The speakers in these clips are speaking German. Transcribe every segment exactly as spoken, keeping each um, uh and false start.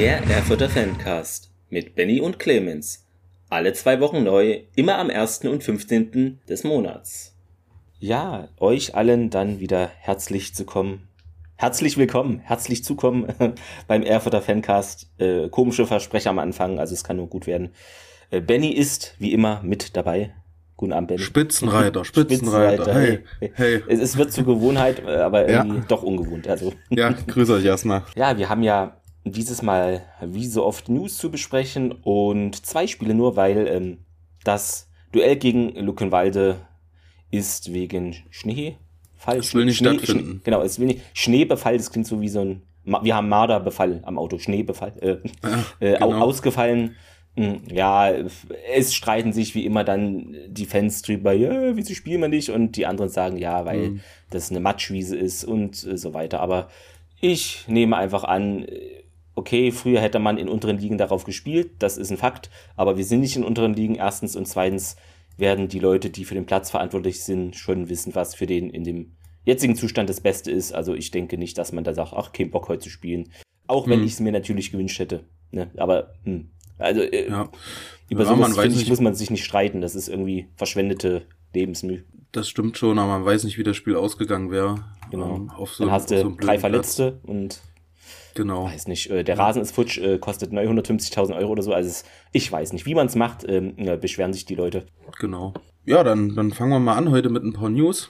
Der Erfurter Fancast mit Benny und Clemens. Alle zwei Wochen neu, immer am ersten und fünfzehnten des Monats. Ja, euch allen dann wieder herzlich zu kommen. Herzlich willkommen, herzlich zukommen beim Erfurter Fancast. Äh, komische Versprecher am Anfang, also es kann nur gut werden. Äh, Benny ist wie immer mit dabei. Guten Abend, Benny. Spitzenreiter, Spitzenreiter. Spitzenreiter. Hey, hey. hey. Es, es wird zur Gewohnheit, aber irgendwie ja. doch ungewohnt. Also. Ja, grüße euch erstmal. Ja, wir haben ja dieses Mal wie so oft News zu besprechen und zwei Spiele nur, weil ähm, das Duell gegen Luckenwalde ist wegen Schneefall. Es will nicht Schnee, stattfinden. Schnee, genau, es will nicht. Schneebefall, das klingt so wie so ein, wir haben Marderbefall am Auto, Schneebefall, äh, ja, äh, genau. ausgefallen. Ja, es streiten sich wie immer dann die Fans drüber, ja, wieso spielen wir nicht? Und die anderen sagen, ja, weil mhm. das eine Matschwiese ist und äh, so weiter. Aber ich nehme einfach an, okay, früher hätte man in unteren Ligen darauf gespielt, das ist ein Fakt, aber wir sind nicht in unteren Ligen, erstens, und zweitens werden die Leute, die für den Platz verantwortlich sind, schon wissen, was für den in dem jetzigen Zustand das Beste ist. Also ich denke nicht, dass man da sagt, ach, kein Bock heute zu spielen. Auch wenn mhm. ich es mir natürlich gewünscht hätte. Ne? Aber, hm. Also äh, ja. über ja, sowas finde ich, muss man sich nicht streiten. Das ist irgendwie verschwendete Lebensmühe. Das stimmt schon, aber man weiß nicht, wie das Spiel ausgegangen wäre. Genau. Ähm, auf so, Dann hast du so drei Verletzte Platz. Und genau. weiß nicht, äh, der Rasen ist futsch, äh, kostet neunhundertfünfzigtausend Euro oder so. Also es, ich weiß nicht, wie man es macht, ähm, ja, beschweren sich die Leute. Genau. Ja, dann, dann fangen wir mal an heute mit ein paar News.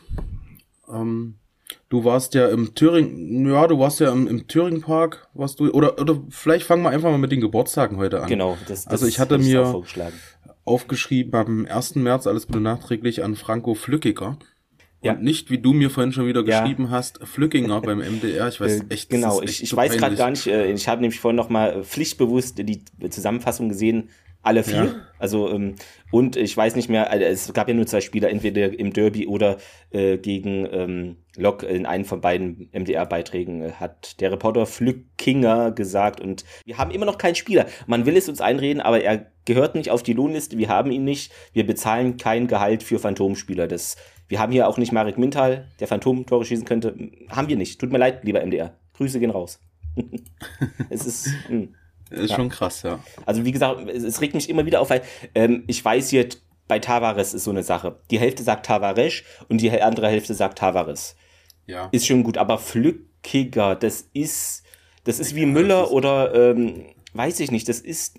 Ähm, Du warst ja im Thüringen, ja, du warst ja im, im Thüringen-Park, warst du, oder, oder vielleicht fangen wir einfach mal mit den Geburtstagen heute an. Genau, das, das Also ich hatte mir aufgeschrieben, am ersten März, alles bitte nachträglich, an Franco Flückiger. Ja. Und nicht, wie du mir vorhin schon wieder ja. geschrieben hast, Flückiger beim M D R. Ich weiß echt, genau, das ist echt ich, ich so weiß gerade gar nicht, ich habe nämlich vorhin nochmal pflichtbewusst die Zusammenfassung gesehen, alle vier, ja. also ähm, und ich weiß nicht mehr, also es gab ja nur zwei Spieler, entweder im Derby oder äh, gegen ähm, Lok, in einem von beiden M D R-Beiträgen äh, hat der Reporter Flückiger gesagt und wir haben immer noch keinen Spieler. Man will es uns einreden, aber er gehört nicht auf die Lohnliste, wir haben ihn nicht, wir bezahlen kein Gehalt für Phantomspieler. Das, wir haben hier auch nicht Marek Mintal, der Phantom-Tore schießen könnte, haben wir nicht. Tut mir leid, lieber M D R. Grüße gehen raus. Es ist... Mh. Ist ja. schon krass, ja. Also wie gesagt, es, es regt mich immer wieder auf, weil ähm, ich weiß hier, bei Tavares ist so eine Sache. Die Hälfte sagt Tavares und die andere Hälfte sagt Tavares. Ja. Ist schon gut, aber Flückiger, das ist, das ist wie Müller oder, ähm, weiß ich nicht, das ist,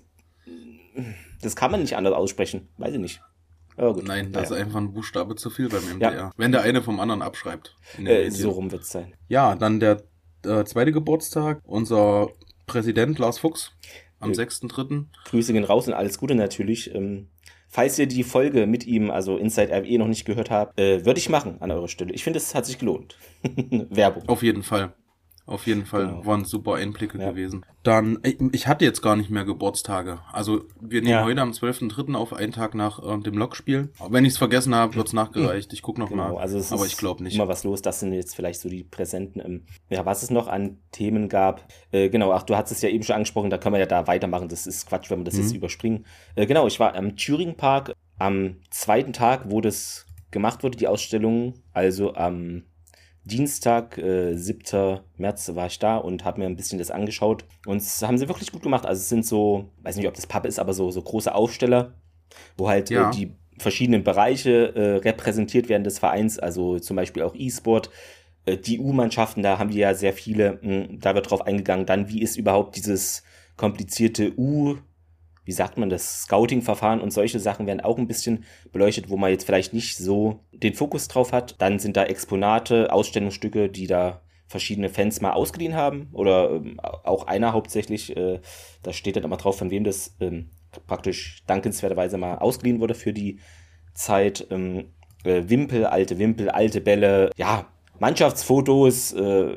das kann man nicht anders aussprechen, weiß ich nicht. Aber gut. Nein, das naja. ist einfach ein Buchstabe zu viel beim M D R. Ja. Wenn der eine vom anderen abschreibt. Äh, so rum wird's sein. Ja, dann der äh, zweite Geburtstag, unser Präsident Lars Fuchs am äh, sechsten dritten Grüße gehen raus und alles Gute natürlich. Ähm, falls ihr die Folge mit ihm, also Inside R W, noch nicht gehört habt, äh, würde ich machen an eurer Stelle. Ich finde, es hat sich gelohnt. Werbung. Auf jeden Fall. Auf jeden Fall genau. Waren super Einblicke ja. gewesen. Dann, ich, ich hatte jetzt gar nicht mehr Geburtstage. Also wir nehmen ja. heute am zwölften dritten auf, einen Tag nach äh, dem Lokspiel. Wenn ich es vergessen habe, wird's nachgereicht. Ich gucke noch genau. mal. Also es aber ist ich glaube nicht. Immer was los. Das sind jetzt vielleicht so die Präsenten. Ähm, ja, was es noch an Themen gab. Äh, genau, ach, du hast es ja eben schon angesprochen. Da können wir ja da weitermachen. Das ist Quatsch, wenn wir das mhm. jetzt überspringen. Äh, genau, ich war am Thüringen-Park am zweiten Tag, wo das gemacht wurde, die Ausstellung. Also am Dienstag, äh, siebten März war ich da und habe mir ein bisschen das angeschaut. Und das haben sie wirklich gut gemacht. Also es sind so, weiß nicht, ob das Pappe ist, aber so, so große Aufsteller, wo halt ja. äh, die verschiedenen Bereiche äh, repräsentiert werden des Vereins. Also zum Beispiel auch E-Sport, äh, die U-Mannschaften, da haben die ja sehr viele. Mh, da wird drauf eingegangen, dann wie ist überhaupt dieses komplizierte U- wie sagt man das, Scouting-Verfahren und solche Sachen werden auch ein bisschen beleuchtet, wo man jetzt vielleicht nicht so den Fokus drauf hat. Dann sind da Exponate, Ausstellungsstücke, die da verschiedene Fans mal ausgeliehen haben oder ähm, auch einer hauptsächlich, äh, da steht dann immer drauf, von wem das ähm, praktisch dankenswerterweise mal ausgeliehen wurde für die Zeit. Ähm, äh, Wimpel, alte Wimpel, alte Bälle, ja, Mannschaftsfotos, äh,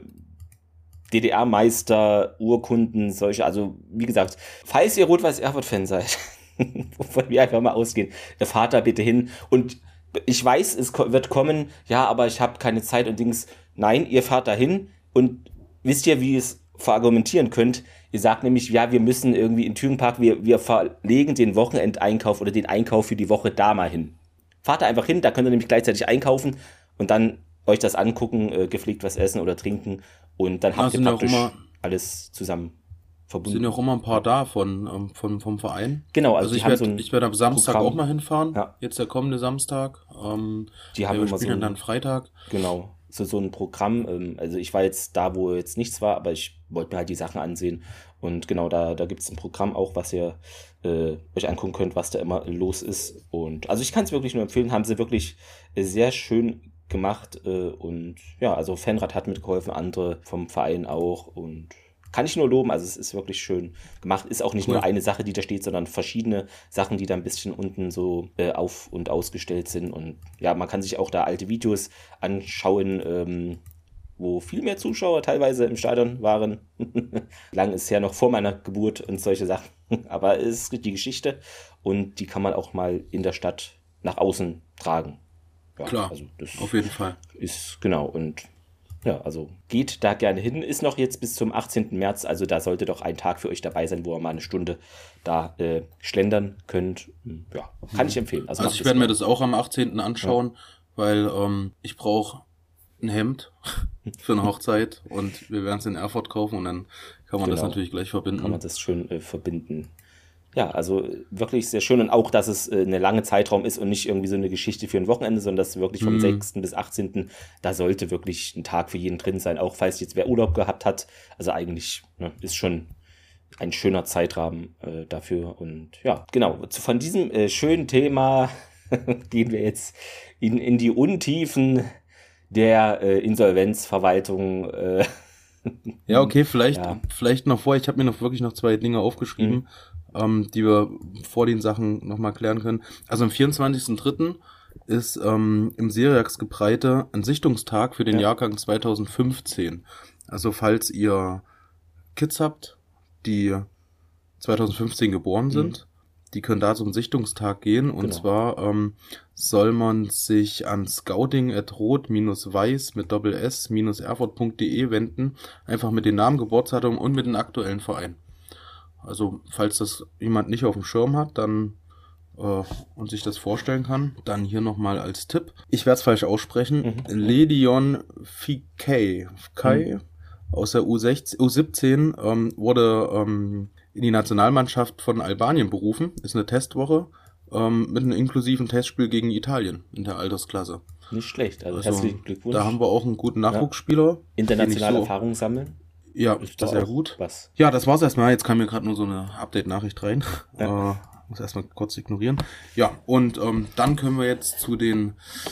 D D R-Meister, Urkunden, solche, also wie gesagt, falls ihr Rot-Weiß-Erfurt-Fan seid, wovon wir einfach mal ausgehen, fahrt da bitte hin und ich weiß, es wird kommen, ja, aber ich habe keine Zeit und Dings, nein, ihr fahrt da hin und wisst ihr, wie ihr es verargumentieren könnt, ihr sagt nämlich, ja, wir müssen irgendwie in Thüringen-Park, wir, wir verlegen den Wochenendeinkauf oder den Einkauf für die Woche da mal hin. Fahrt da einfach hin, da könnt ihr nämlich gleichzeitig einkaufen und dann euch das angucken, äh, gepflegt was essen oder trinken und dann habt ihr praktisch alles zusammen. verbunden. Sind ja auch immer ein paar da von, ähm, von vom Verein. Genau, also, also ich werde so ich werd am Samstag Programm. auch mal hinfahren. Ja. Jetzt der kommende Samstag. Ähm, die haben wir immer spielen so ein, dann Freitag. Genau, so, so ein Programm. Ähm, also ich war jetzt da, wo jetzt nichts war, aber ich wollte mir halt die Sachen ansehen. Und genau, da, da gibt es ein Programm auch, was ihr äh, euch angucken könnt, was da immer los ist. Und also ich kann es wirklich nur empfehlen, haben sie wirklich sehr schön gemacht. Äh, und ja, also Fanrad hat mitgeholfen, andere vom Verein auch. Und kann ich nur loben, also es ist wirklich schön gemacht. Ist auch nicht cool. Nur eine Sache, die da steht, sondern verschiedene Sachen, die da ein bisschen unten so äh, auf- und ausgestellt sind. Und ja, man kann sich auch da alte Videos anschauen, ähm, wo viel mehr Zuschauer teilweise im Stadion waren. Lang ist ja noch vor meiner Geburt und solche Sachen. Aber es ist die Geschichte und die kann man auch mal in der Stadt nach außen tragen. Ja, klar, also das auf jeden Fall. Ist genau und ja, also geht da gerne hin. Ist noch jetzt bis zum achtzehnten März, also da sollte doch ein Tag für euch dabei sein, wo ihr mal eine Stunde da äh, schlendern könnt. Ja, kann ich empfehlen. Also, also ich werde mir das auch am achtzehnten anschauen, ja. weil ähm, ich brauche ein Hemd für eine Hochzeit und wir werden es in Erfurt kaufen und dann kann man genau. das natürlich gleich verbinden. Kann man das schön äh, verbinden. Ja, also wirklich sehr schön und auch, dass es äh, eine lange Zeitraum ist und nicht irgendwie so eine Geschichte für ein Wochenende, sondern dass wirklich vom hm. sechsten bis achtzehnten da sollte wirklich ein Tag für jeden drin sein, auch falls jetzt wer Urlaub gehabt hat. Also eigentlich ne, ist schon ein schöner Zeitrahmen äh, dafür und ja, genau. Von diesem äh, schönen Thema gehen wir jetzt in, in die Untiefen der äh, Insolvenzverwaltung. Äh, ja, okay, vielleicht, ja. vielleicht noch vor, ich habe mir noch wirklich noch zwei Dinge aufgeschrieben, mhm. ähm, die wir vor den Sachen nochmal klären können. Also am vierundzwanzigsten dritten ist ähm, im Seriax Gebreite ein Sichtungstag für den ja. Jahrgang zweitausendfünfzehn. Also falls ihr Kids habt, die zweitausendfünfzehn geboren sind, mhm. die können da zum Sichtungstag gehen. Und genau. zwar ähm, soll man sich an scouting at rot-weiß mit doppel s minus erfurt punkt de wenden. Einfach mit den Namen, Geburtsdatum und mit dem aktuellen Verein. Also falls das jemand nicht auf dem Schirm hat, dann äh, und sich das vorstellen kann, dann hier nochmal als Tipp. Ich werde es falsch aussprechen. Mhm. Ledion Fikay mhm. aus der U sechzehn, U siebzehn ähm, wurde ähm, in die Nationalmannschaft von Albanien berufen. Ist eine Testwoche ähm, mit einem inklusiven Testspiel gegen Italien in der Altersklasse. Nicht schlecht, also, also herzlichen Glückwunsch. Da haben wir auch einen guten Nachwuchsspieler. Ja. Internationale so Erfahrung sammeln. Ja, ist das sehr gut. Was. Ja, das war's erstmal. Jetzt kam mir gerade nur so eine Update-Nachricht rein. Ja. Äh, muss erstmal kurz ignorieren. Ja, und ähm, dann können wir jetzt zu den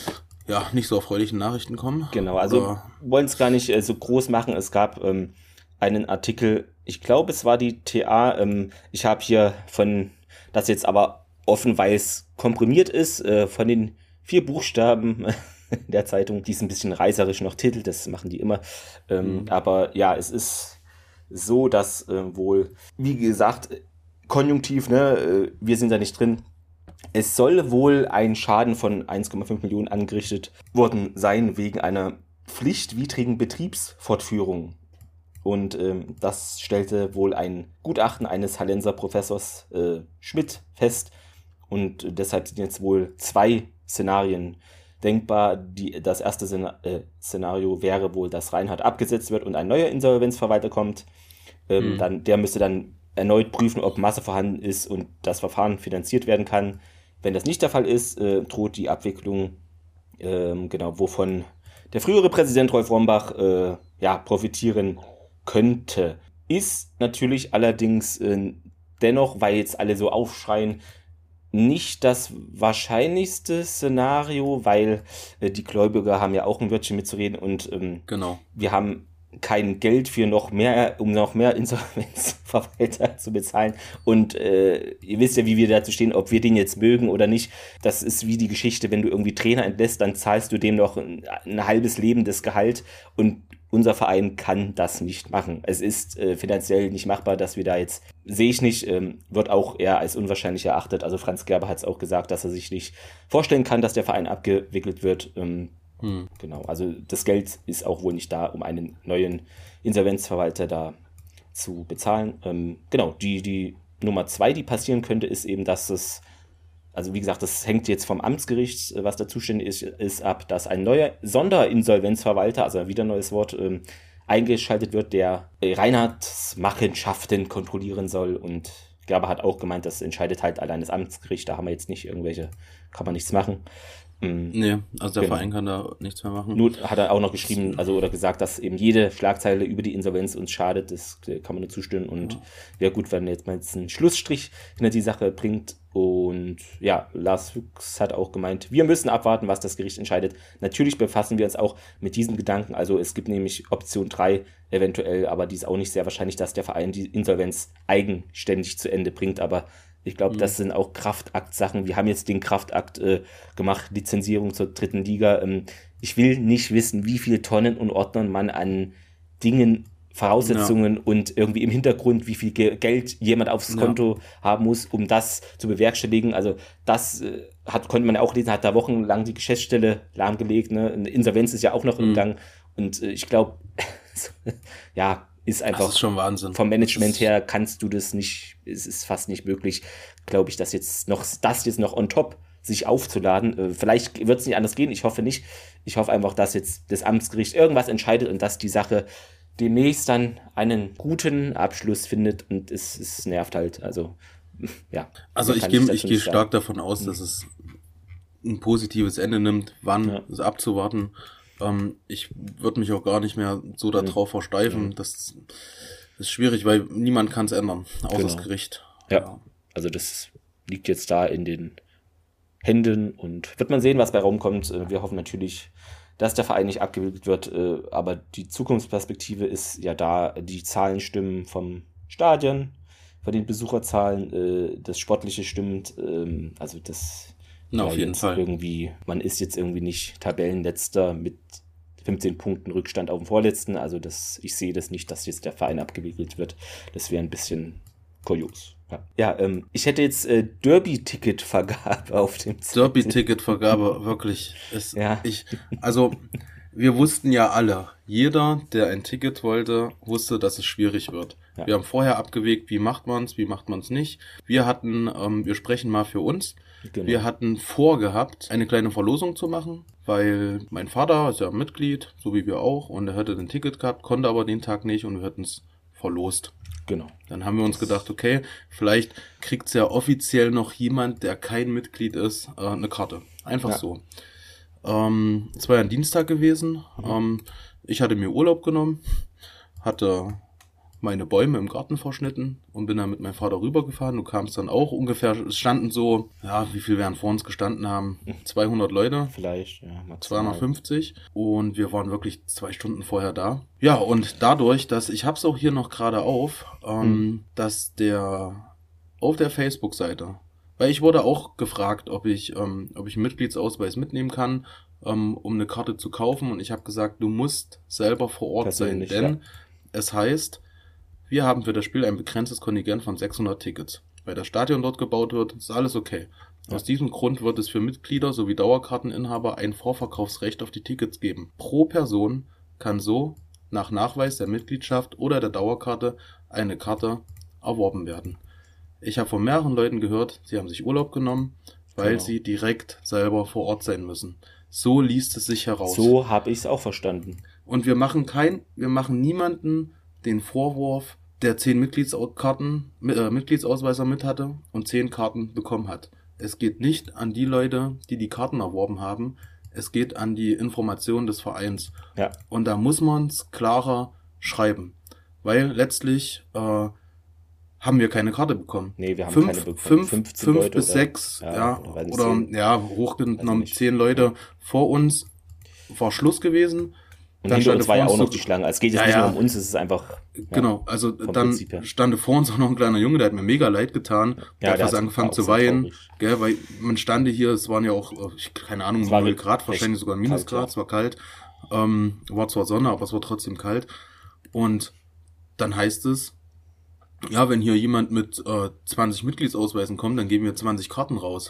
ja nicht so erfreulichen Nachrichten kommen. Genau, also wollen es gar nicht äh, so groß machen. Es gab ähm, einen Artikel, ich glaube, es war die T A. Ähm, ich habe hier von, das jetzt aber offen, weil es komprimiert ist, äh, von den vier Buchstaben in der Zeitung, die ist ein bisschen reißerisch noch titelt, das machen die immer. Ähm, mhm. Aber ja, es ist so, dass äh, wohl, wie gesagt, konjunktiv, ne, äh, wir sind da nicht drin. Es soll wohl ein Schaden von eins Komma fünf Millionen angerichtet worden sein wegen einer pflichtwidrigen Betriebsfortführung. Und ähm, das stellte wohl ein Gutachten eines Hallenser Professors äh, Schmidt fest. Und deshalb sind jetzt wohl zwei Szenarien denkbar. Die, das erste Szen- äh, Szenario wäre wohl, dass Reinhardt abgesetzt wird und ein neuer Insolvenzverwalter kommt. Ähm, mhm. dann, der müsste dann erneut prüfen, ob Masse vorhanden ist und das Verfahren finanziert werden kann. Wenn das nicht der Fall ist, äh, droht die Abwicklung, ähm, genau, wovon der frühere Präsident Rolf Rombach äh, ja, profitieren könnte. Ist natürlich allerdings äh, dennoch, weil jetzt alle so aufschreien, nicht das wahrscheinlichste Szenario, weil äh, die Gläubiger haben ja auch ein Wörtchen mitzureden und ähm, genau. wir haben kein Geld für noch mehr, um noch mehr Insolvenzverwalter zu bezahlen. Und äh, ihr wisst ja, wie wir dazu stehen, ob wir den jetzt mögen oder nicht. Das ist wie die Geschichte, wenn du irgendwie Trainer entlässt, dann zahlst du dem noch ein, ein halbes Leben des Gehalt und unser Verein kann das nicht machen. Es ist äh, finanziell nicht machbar, dass wir da jetzt, sehe ich nicht, ähm, wird auch eher als unwahrscheinlich erachtet. Also Franz Gerber hat es auch gesagt, dass er sich nicht vorstellen kann, dass der Verein abgewickelt wird. Ähm, hm. Genau, also das Geld ist auch wohl nicht da, um einen neuen Insolvenzverwalter da zu bezahlen. Ähm, genau, die, die Nummer zwei, die passieren könnte, ist eben, dass es, also wie gesagt, das hängt jetzt vom Amtsgericht, was da zuständig ist, ist ab, dass ein neuer Sonderinsolvenzverwalter, also wieder ein neues Wort, ähm, eingeschaltet wird, der Reinhards Machenschaften kontrollieren soll. Und Gerber hat auch gemeint, das entscheidet halt allein das Amtsgericht. Da haben wir jetzt nicht irgendwelche, kann man nichts machen. Nee, also der genau. Verein kann da nichts mehr machen. Nur hat er auch noch geschrieben, also oder gesagt, dass eben jede Schlagzeile über die Insolvenz uns schadet, das kann man nur zustimmen und ja, wäre gut, wenn er jetzt mal jetzt einen Schlussstrich hinter die Sache bringt. Und ja, Lars Fuchs hat auch gemeint, wir müssen abwarten, was das Gericht entscheidet. Natürlich befassen wir uns auch mit diesem Gedanken, also es gibt nämlich Option drei eventuell, aber die ist auch nicht sehr wahrscheinlich, dass der Verein die Insolvenz eigenständig zu Ende bringt, aber ich glaube, das sind auch Kraftakt-Sachen. Wir haben jetzt den Kraftakt äh, gemacht, Lizenzierung zur dritten Liga. Ähm, ich will nicht wissen, wie viele Tonnen und Ordnern man an Dingen, Voraussetzungen ja. und irgendwie im Hintergrund, wie viel Ge- Geld jemand aufs ja. Konto haben muss, um das zu bewerkstelligen. Also das äh, hat, konnte man ja auch lesen, hat da wochenlang die Geschäftsstelle lahmgelegt. Ne? Eine Insolvenz ist ja auch noch mhm. im Gang. Und äh, ich glaube, ja, ist einfach, das ist schon Wahnsinn. Vom Management her kannst du das nicht, es ist fast nicht möglich, glaube ich, dass jetzt noch, das jetzt noch on top sich aufzuladen. Vielleicht wird es nicht anders gehen, ich hoffe nicht. Ich hoffe einfach, dass jetzt das Amtsgericht irgendwas entscheidet und dass die Sache demnächst dann einen guten Abschluss findet und es, es nervt halt, also, ja. Also ich gehe ich gehe stark davon aus, dass es ein positives Ende nimmt, wann ja. ist abzuwarten. Ähm, ich würde mich auch gar nicht mehr so darauf versteifen. Das ist schwierig, weil niemand kann es ändern, außer genau. das Gericht. Ja. ja, also das liegt jetzt da in den Händen und wird man sehen, was bei rumkommt. Wir hoffen natürlich, dass der Verein nicht abgewickelt wird, aber die Zukunftsperspektive ist ja da, die Zahlen stimmen vom Stadion, von den Besucherzahlen, das Sportliche stimmt, also das Na, auf jeden Fall. Irgendwie, man ist jetzt irgendwie nicht Tabellenletzter mit fünfzehn Punkten Rückstand auf dem Vorletzten. Also das, ich sehe das nicht, dass jetzt der Verein abgewickelt wird. Das wäre ein bisschen kurios. Ja, ja ähm, ich hätte jetzt äh, Derby-Ticket-Vergabe auf dem Derby-Ticket-Vergabe, wirklich. Ist, ja. ich, also wir wussten ja alle, jeder, der ein Ticket wollte, wusste, dass es schwierig wird. Ja. Wir haben vorher abgewegt, wie macht man es, wie macht man es nicht. Wir hatten, ähm, wir sprechen mal für uns, genau. wir hatten vorgehabt, eine kleine Verlosung zu machen, weil mein Vater ist ja Mitglied, so wie wir auch, und er hätte ein Ticket gehabt, konnte aber den Tag nicht und wir hätten es verlost. Genau. Dann haben wir uns gedacht, okay, vielleicht kriegt es ja offiziell noch jemand, der kein Mitglied ist, äh, eine Karte. Einfach ja. so. Ähm, es war ja ein Dienstag gewesen. Mhm. Ähm, ich hatte mir Urlaub genommen, hatte meine Bäume im Garten verschnitten und bin dann mit meinem Vater rübergefahren. Du kamst dann auch ungefähr, es standen so, ja, wie viel werden vor uns gestanden haben? zweihundert Leute. Vielleicht, ja. Maximal. zweihundertfünfzig. Und wir waren wirklich zwei Stunden vorher da. Ja, und dadurch, dass, ich hab's auch hier noch gerade auf, ähm, hm. dass der, auf der Facebook-Seite, weil ich wurde auch gefragt, ob ich, ähm, ob ich einen Mitgliedsausweis mitnehmen kann, ähm, um eine Karte zu kaufen. Und ich habe gesagt, du musst selber vor Ort sein, denn ja. es heißt, wir haben für das Spiel ein begrenztes Kontingent von sechshundert Tickets. Weil das Stadion dort gebaut wird, ist alles okay. Ja. Aus diesem Grund wird es für Mitglieder sowie Dauerkarteninhaber ein Vorverkaufsrecht auf die Tickets geben. Pro Person kann so nach Nachweis der Mitgliedschaft oder der Dauerkarte eine Karte erworben werden. Ich habe von mehreren Leuten gehört, sie haben sich Urlaub genommen, weil genau. sie direkt selber vor Ort sein müssen. So liest es sich heraus. So habe ich es auch verstanden. Und wir machen kein, wir machen niemanden den Vorwurf, der zehn Mitgliedskarten, äh, Mitgliedsausweiser mit hatte und zehn Karten bekommen hat. Es geht nicht an die Leute, die die Karten erworben haben. Es geht an die Information des Vereins. Ja. Und da muss man es klarer schreiben. Weil letztlich äh, haben wir keine Karte bekommen. Nee, wir haben fünf, keine bekommen. Fünf, fünfzehn fünf Leute bis oder, sechs, ja, ja oder, oder, oder ja, hochgenommen zehn Leute ja. vor uns war Schluss gewesen. Und hinter uns war ja auch noch die Schlange. Es geht jetzt ja, nicht ja. nur um uns, es ist einfach... Genau, ja, also dann stand vor uns auch noch ein kleiner Junge, der hat mir mega leid getan. Der ja, hat fast angefangen zu weinen, gell, weil man stande hier, es waren ja auch, keine Ahnung, null Grad, wahrscheinlich sogar Minusgrad, ja. es war kalt. Ähm, war zwar Sonne, aber es war trotzdem kalt. Und dann heißt es, ja, wenn hier jemand mit äh, zwanzig Mitgliedsausweisen kommt, dann geben wir zwanzig Karten raus.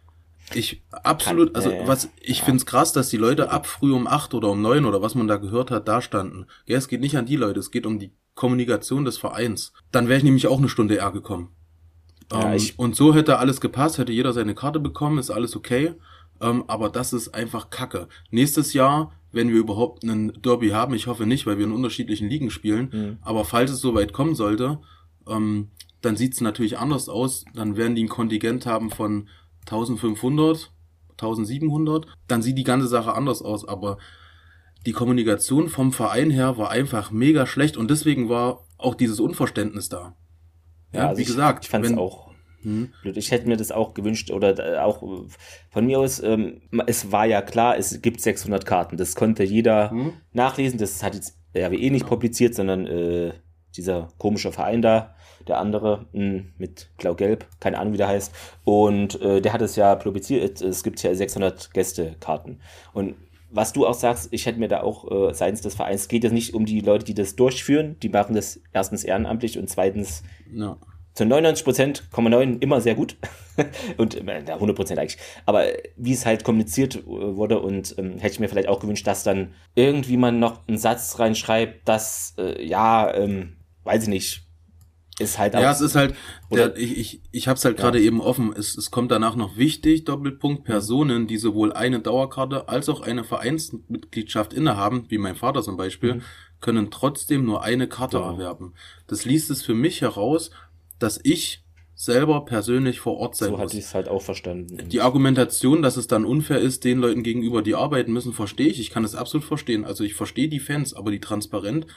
Ich, absolut, also was, ich ja. find's krass, dass die Leute ab früh um acht oder um neun oder was man da gehört hat, da standen. Ja, es geht nicht an die Leute, es geht um die Kommunikation des Vereins. Dann wäre ich nämlich auch eine Stunde eher gekommen. Ja, ähm, und so hätte alles gepasst, hätte jeder seine Karte bekommen, ist alles okay. Ähm, aber das ist einfach Kacke. Nächstes Jahr wenn wir überhaupt einen Derby haben. Ich hoffe nicht, weil wir in unterschiedlichen Ligen spielen. Mhm. Aber falls es soweit kommen sollte, ähm, dann sieht es natürlich anders aus. Dann werden die ein Kontingent haben von eintausendfünfhundert, eintausendsiebenhundert. Dann sieht die ganze Sache anders aus. Aber die Kommunikation vom Verein her war einfach mega schlecht. Und deswegen war auch dieses Unverständnis da. Ja, ja also wie ich, gesagt. Ich fand es auch hm. blöd. Ich hätte mir das auch gewünscht. Oder auch von mir aus, ähm, es war ja klar, es gibt sechshundert Karten. Das konnte jeder hm. nachlesen. Das hat jetzt R W E nicht genau. publiziert, sondern äh, dieser komische Verein da, der andere mh, mit Blau-Gelb, keine Ahnung, wie der heißt. Und äh, der hat es ja publiziert. Es gibt ja sechshundert Gästekarten. Und was du auch sagst, ich hätte mir da auch äh, seitens des Vereins, es geht jetzt nicht um die Leute, die das durchführen. Die machen das erstens ehrenamtlich und zweitens ja. zu neunundneunzig Prozent Komma neun immer sehr gut. und äh, hundert Prozent eigentlich. Aber wie es halt kommuniziert äh, wurde und ähm, hätte ich mir vielleicht auch gewünscht, dass dann irgendwie man noch einen Satz reinschreibt, dass, äh, ja, ähm, weiß ich nicht, ist halt auch... Ja, es ist halt, der, ich, ich, ich hab's halt gerade ja. eben offen, es, es kommt danach noch wichtig, Doppelpunkt, Personen, die sowohl eine Dauerkarte als auch eine Vereinsmitgliedschaft innehaben, wie mein Vater zum Beispiel, mhm. können trotzdem nur eine Karte ja. erwerben. Das liest es für mich heraus, dass ich selber persönlich vor Ort sein so muss. So hatte ich es halt auch verstanden. Die Argumentation, dass es dann unfair ist, den Leuten gegenüber, die arbeiten müssen, verstehe ich. Ich kann es absolut verstehen. Also ich verstehe die Fans, aber die Transparenz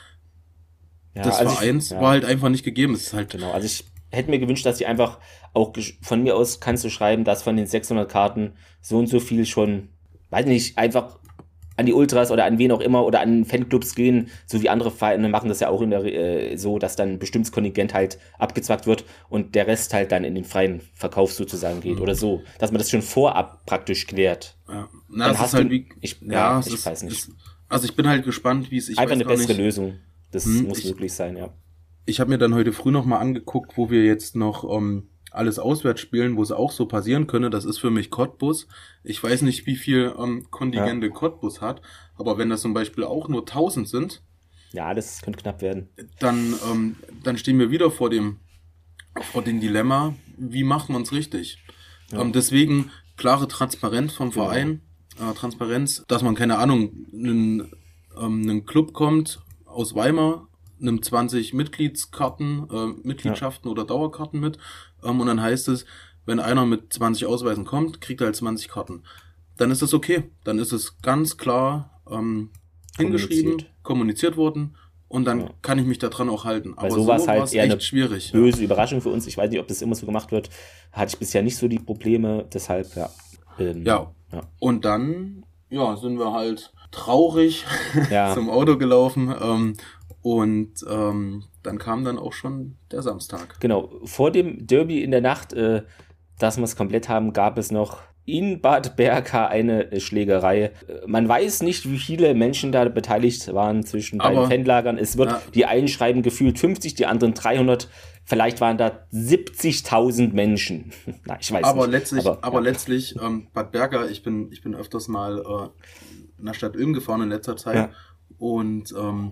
ja, des also Vereins ich, ja. war halt einfach nicht gegeben. Es ist halt genau, also ich hätte mir gewünscht, dass sie einfach auch, von mir aus kannst du schreiben, dass von den sechshundert Karten so und so viel schon, weiß nicht, einfach an die Ultras oder an wen auch immer oder an Fanclubs gehen, so wie andere Vereine machen das ja auch in der äh, so, dass dann ein bestimmtes Kontingent halt abgezwackt wird und der Rest halt dann in den freien Verkauf sozusagen geht mhm. oder so, dass man das schon vorab praktisch klärt. Ja. Na, dann hast halt du, wie, ich, ja, ja ich ist, weiß nicht. Ist, also ich bin halt gespannt, wie es ich einfach weiß eine bessere nicht. Lösung. Das hm, muss ich, möglich sein, ja. Ich habe mir dann heute früh nochmal angeguckt, wo wir jetzt noch um, alles auswärts spielen, wo es auch so passieren könne. Das ist für mich Cottbus. Ich weiß nicht, wie viel um, Kontingente ja. Cottbus hat, aber wenn das zum Beispiel auch nur tausend sind, ja, das könnte knapp werden. Dann, um, dann stehen wir wieder vor dem, vor dem Dilemma, wie macht man es richtig? Ja. Um, deswegen klare Transparenz vom Verein, ja. äh, Transparenz, dass man, keine Ahnung, einen, um, einen Club kommt, aus Weimar, nimmt zwanzig Mitgliedskarten, äh, Mitgliedschaften ja. oder Dauerkarten mit ähm, und dann heißt es, wenn einer mit zwanzig Ausweisen kommt, kriegt er halt zwanzig Karten. Dann ist das okay. Dann ist es ganz klar ähm, hingeschrieben, kommuniziert worden und dann ja. kann ich mich daran auch halten. Aber so war es halt eher echt eine schwierig. Böse ja. Überraschung für uns. Ich weiß nicht, ob das immer so gemacht wird. Hatte ich bisher nicht so die Probleme, deshalb ja. Ähm, ja. ja. Und dann ja, sind wir halt traurig ja. zum Auto gelaufen ähm, und ähm, dann kam dann auch schon der Samstag. Genau, vor dem Derby in der Nacht, äh, dass wir es komplett haben, gab es noch in Bad Berka eine Schlägerei. Man weiß nicht, wie viele Menschen da beteiligt waren zwischen beiden Fanlagern. Es wird, ja. die einen schreiben gefühlt fünfzig, die anderen dreihundert. Vielleicht waren da siebzigtausend Menschen. Na, ich weiß aber nicht. Letztlich, aber, aber ja. letztlich, ähm, Bad Berka, ich bin, ich bin öfters mal äh, nach Stadt Ulm gefahren in letzter Zeit. Ja. Und ähm,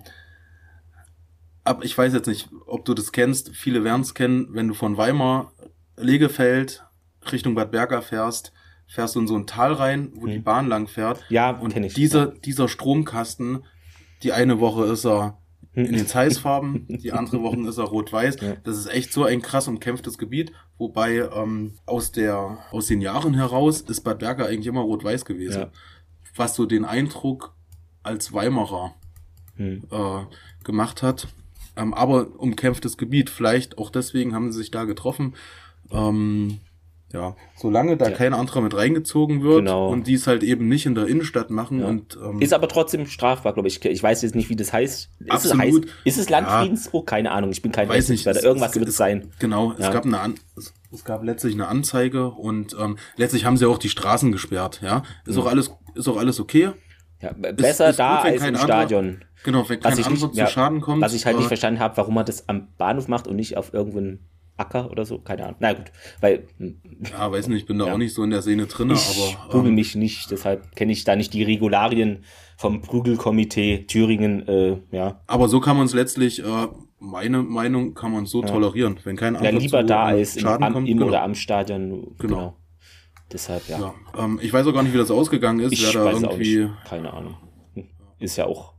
ab, ich weiß jetzt nicht, ob du das kennst. Viele werden es kennen. Wenn du von Weimar, Legefeld Richtung Bad Berka fährst, fährst du in so ein Tal rein, wo hm. die Bahn lang fährt. Ja, und kenn ich. Dieser, ja. dieser Stromkasten, die eine Woche ist er in den Zeiss-Farben, die andere Woche ist er rot-weiß. Ja. Das ist echt so ein krass umkämpftes Gebiet, wobei ähm, aus der aus den Jahren heraus ist Bad Berka eigentlich immer rot-weiß gewesen. Ja. Was so den Eindruck als Weimarer hm. äh, gemacht hat. Ähm, aber umkämpftes Gebiet, vielleicht auch deswegen haben sie sich da getroffen. Ähm, ja, solange da ja. kein anderer mit reingezogen wird genau. und die es halt eben nicht in der Innenstadt machen. Ja. und ähm, ist aber trotzdem strafbar, glaube ich. Ich weiß jetzt nicht, wie das heißt. Ist absolut. Es, heißt, ist es Landfriedensbruch? Ja. Keine Ahnung, ich bin kein weiß nicht. Es, Irgendwas wird es sein. Genau, ja. es gab eine An- es, es gab letztlich eine Anzeige und ähm, letztlich haben sie auch die Straßen gesperrt. Ja, ist ja. auch alles, ist auch alles okay. Ja, besser ist, ist da gut, als im Stadion. Anderer, genau, wenn kein anderer nicht, zu ja, Schaden kommt. Was ich halt äh, nicht verstanden habe, warum man das am Bahnhof macht und nicht auf irgendeinem Acker oder so, keine Ahnung. Na gut, weil... Ja, weiß nicht, ich bin da ja. auch nicht so in der Szene drin, ich aber... prügel ähm, mich nicht, deshalb kenne ich da nicht die Regularien vom Prügelkomitee Thüringen, äh, ja. Aber so kann man es letztlich, äh, meine Meinung, kann man es so ja. tolerieren, wenn kein anderer ja, lieber zu, da als im, am, kommt, im genau. oder am Stadion, genau. genau. Deshalb, ja. ja. Ähm, ich weiß auch gar nicht, wie das ausgegangen ist. Ich wer da weiß irgendwie, auch nicht, keine Ahnung. Hm. ist ja auch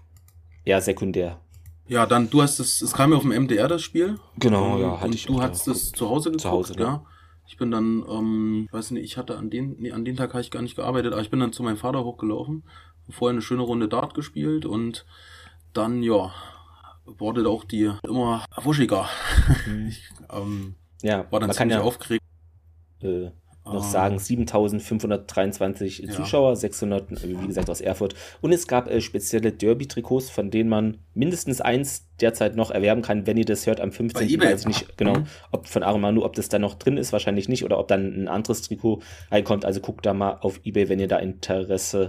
eher sekundär. Ja, dann, du hast es, es kam ja auf dem M D R, das Spiel. Genau, ähm, ja, hatte und ich du auch hast da. es zu Hause geguckt, Zu Hause, ja. ja. Ich bin dann, ähm, weiß nicht, ich hatte an den, nee, an den Tag habe ich gar nicht gearbeitet, aber ich bin dann zu meinem Vater hochgelaufen, vorher eine schöne Runde Dart gespielt und dann, ja, wurde auch die immer wuschiger. Mhm. ich, ähm, Ja, war dann man kann ziemlich ja aufgeregt. äh, noch Ähm, sagen, siebentausendfünfhundertdreiundzwanzig Ja. Zuschauer, sechshundert, äh, wie gesagt, aus Erfurt. Und es gab äh, spezielle Derby-Trikots, von denen man mindestens eins derzeit noch erwerben kann, wenn ihr das hört am fünfzehnten eBay? Weiß ich nicht genau, Mhm. ob von Aaron Manu, ob das da noch drin ist, wahrscheinlich nicht, oder ob dann ein anderes Trikot reinkommt. Also guckt da mal auf eBay, wenn ihr da Interesse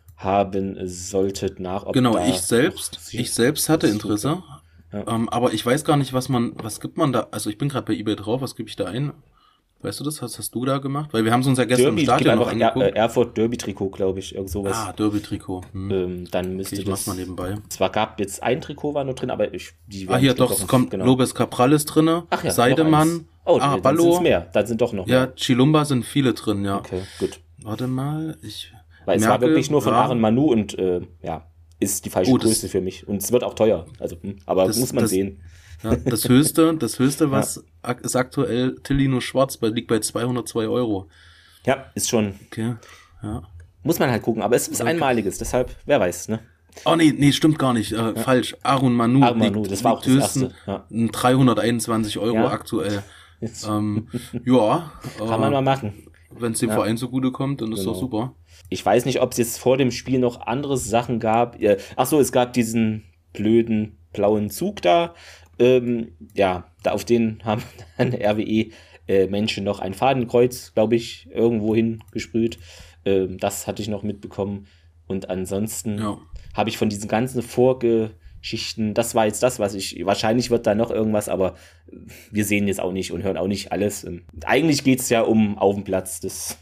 haben solltet, nach. Ob Genau, da ich selbst, noch- ich selbst hatte das Interesse, Ja. ähm, aber ich weiß gar nicht, was man, was gibt man da, also ich bin gerade bei eBay drauf, was gebe ich da ein? Weißt du das? Was hast du da gemacht? Weil wir haben es uns ja gestern Derby, im gib Stadion noch einfach er, angeguckt. äh, Erfurt Derby-Trikot, glaube ich, irgend sowas. Ah, Derby-Trikot. Hm. Ähm, dann müsste Okay, ich das. mach's mal nebenbei. Zwar gab jetzt ein Trikot war nur drin, aber ich, die Ah, werden hier bestimmt doch, auch- es kommt genau. Lopez Capral ist drinne, Ach ja, noch eins. Seidemann, Oh, ah, dann Ballo. sind's mehr. Dann sind doch noch Ja, mehr. Chilumba sind viele drin, ja. Okay, gut. Warte mal, ich Weil es war merke, wirklich nur von ja, Aaron Manu und äh, ja, ist die falsche Oh, das- Größe für mich. Und es wird auch teuer. Also, hm, aber Das- muss man das- sehen. Ja, das höchste, das höchste, was ak- ist aktuell Tillino Schwarz, bei, liegt bei zweihundertzwei Euro. Ja, ist schon. Okay, ja. Muss man halt gucken. Aber es ist Okay. Einmaliges, deshalb, wer weiß, ne? Oh nee, nee, stimmt gar nicht. Äh, Falsch. Arun Manu Aaron Manu, liegt, das war auch liegt das höchstens erste, dreihunderteinundzwanzig Euro Ja. aktuell. Jetzt Ähm, ja, kann man mal machen. wenn es dem Ja. Verein zugute kommt, dann ist Genau. doch super. Ich weiß nicht, ob es jetzt vor dem Spiel noch andere Sachen gab. Äh, Ach so, es gab diesen blöden blauen Zug da. Ähm, ja, da auf den haben dann R W E-Menschen noch ein Fadenkreuz, glaube ich, irgendwo hingesprüht. Ähm, das hatte ich noch mitbekommen. Und ansonsten Ja. habe ich von diesen ganzen Vorgeschichten, das war jetzt das, was ich, wahrscheinlich wird da noch irgendwas, aber wir sehen jetzt auch nicht und hören auch nicht alles. Ähm, Eigentlich geht es ja um auf dem Platz, das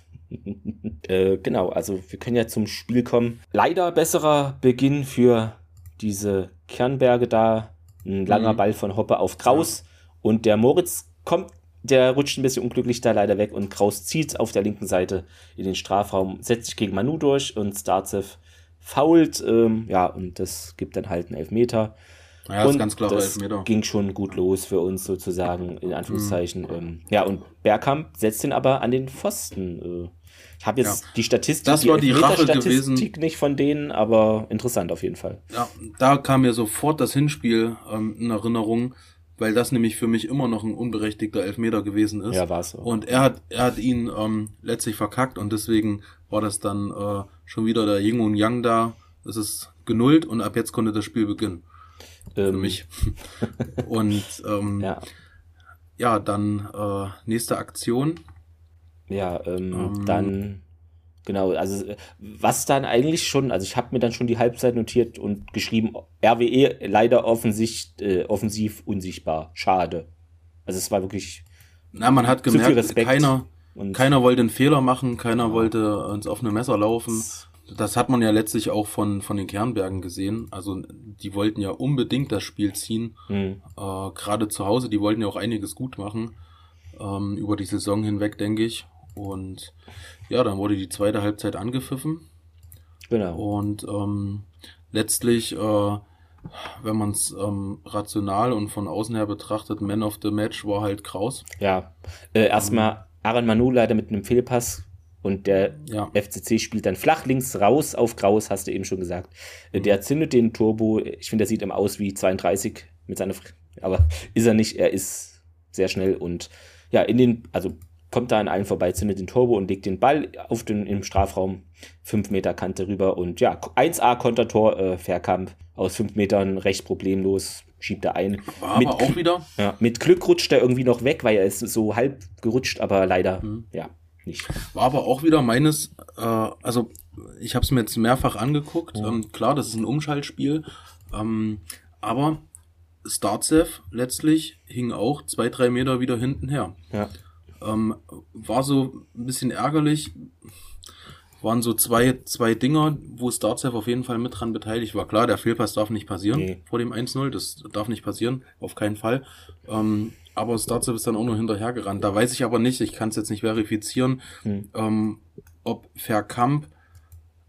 äh, genau, also wir können ja zum Spiel kommen. Leider besserer Beginn für diese Kernberge da. Ein langer Mhm. Ball von Hoppe auf Kraus. Und der Moritz kommt, der rutscht ein bisschen unglücklich da leider weg. Und Kraus zieht auf der linken Seite in den Strafraum, setzt sich gegen Manu durch und Starzev fault. Ähm, ja, und das gibt dann halt einen Elfmeter. Ja, das ist Und ganz klar das Elfmeter. ging schon gut los für uns sozusagen, in Anführungszeichen. Ähm, ja, und Bergkamp setzt ihn aber an den Pfosten. Äh, ich habe jetzt Ja. die Statistik, Das war die Rache Elfmeter-Statistik gewesen. nicht von denen, aber interessant auf jeden Fall. Ja, da kam mir sofort das Hinspiel ähm, in Erinnerung, weil das nämlich für mich immer noch ein unberechtigter Elfmeter gewesen ist. Ja, war's so. Und er hat, er hat ihn ähm, letztlich verkackt und deswegen war das dann äh, schon wieder der Yin und Yang da. Es ist genullt und ab jetzt konnte das Spiel beginnen. Für Ähm, mich. Und ähm, ja. Ja, dann äh, nächste Aktion. ja ähm, Ähm. dann, genau, also äh, was dann eigentlich schon, also ich habe mir dann schon die Halbzeit notiert und geschrieben, R W E leider offensiv, äh, offensiv unsichtbar, schade. Also es war wirklich Na, man hat zu viel gemerkt, Respekt. keiner, und keiner wollte einen Fehler machen, keiner wollte ins offene Messer laufen. Das hat man ja letztlich auch von, von den Kernbergen gesehen. Also die wollten ja unbedingt das Spiel ziehen. Hm. Äh, gerade zu Hause, die wollten ja auch einiges gut machen. Ähm, über die Saison hinweg, denke ich. Und ja, dann wurde die zweite Halbzeit angepfiffen. Genau. Und ähm, letztlich, äh, wenn man es ähm, rational und von außen her betrachtet, Man of the Match war halt Kraus. Ja, äh, erstmal Aaron Manu leider mit einem Fehlpass und der Ja. F C C spielt dann flach links raus auf Kraus, hast du eben schon gesagt. Äh, Der zündet den Turbo, ich finde, der sieht ihm aus wie zweiunddreißig mit seiner, Fr- aber ist er nicht, er ist sehr schnell und ja, in den, also kommt da an allen vorbei, zündet den Turbo und legt den Ball auf den, im Strafraum fünf Meter Kante rüber und ja, eins A Kontertor, äh, Verkamp aus fünf Metern recht problemlos, schiebt er ein. War Mit aber auch wieder. Ja, mit Glück rutscht er irgendwie noch weg, weil er ist so halb gerutscht, aber leider, Mhm. ja, nicht. War aber auch wieder meines, äh, also ich habe es mir jetzt mehrfach angeguckt. Ähm, klar, das ist ein Umschaltspiel, ähm, aber Starzev letztlich hing auch zwei, drei Meter wieder hinten her. Ja, Ähm, war so ein bisschen ärgerlich. Waren so zwei, zwei Dinger, wo Starzev auf jeden Fall mit dran beteiligt war. Klar, der Fehlpass darf nicht passieren Nee. vor dem eins null. Das darf nicht passieren, auf keinen Fall. Ähm, aber Starzev ist dann auch noch hinterhergerannt. Da weiß ich aber nicht, ich kann es jetzt nicht verifizieren, Hm. ähm, ob Verkamp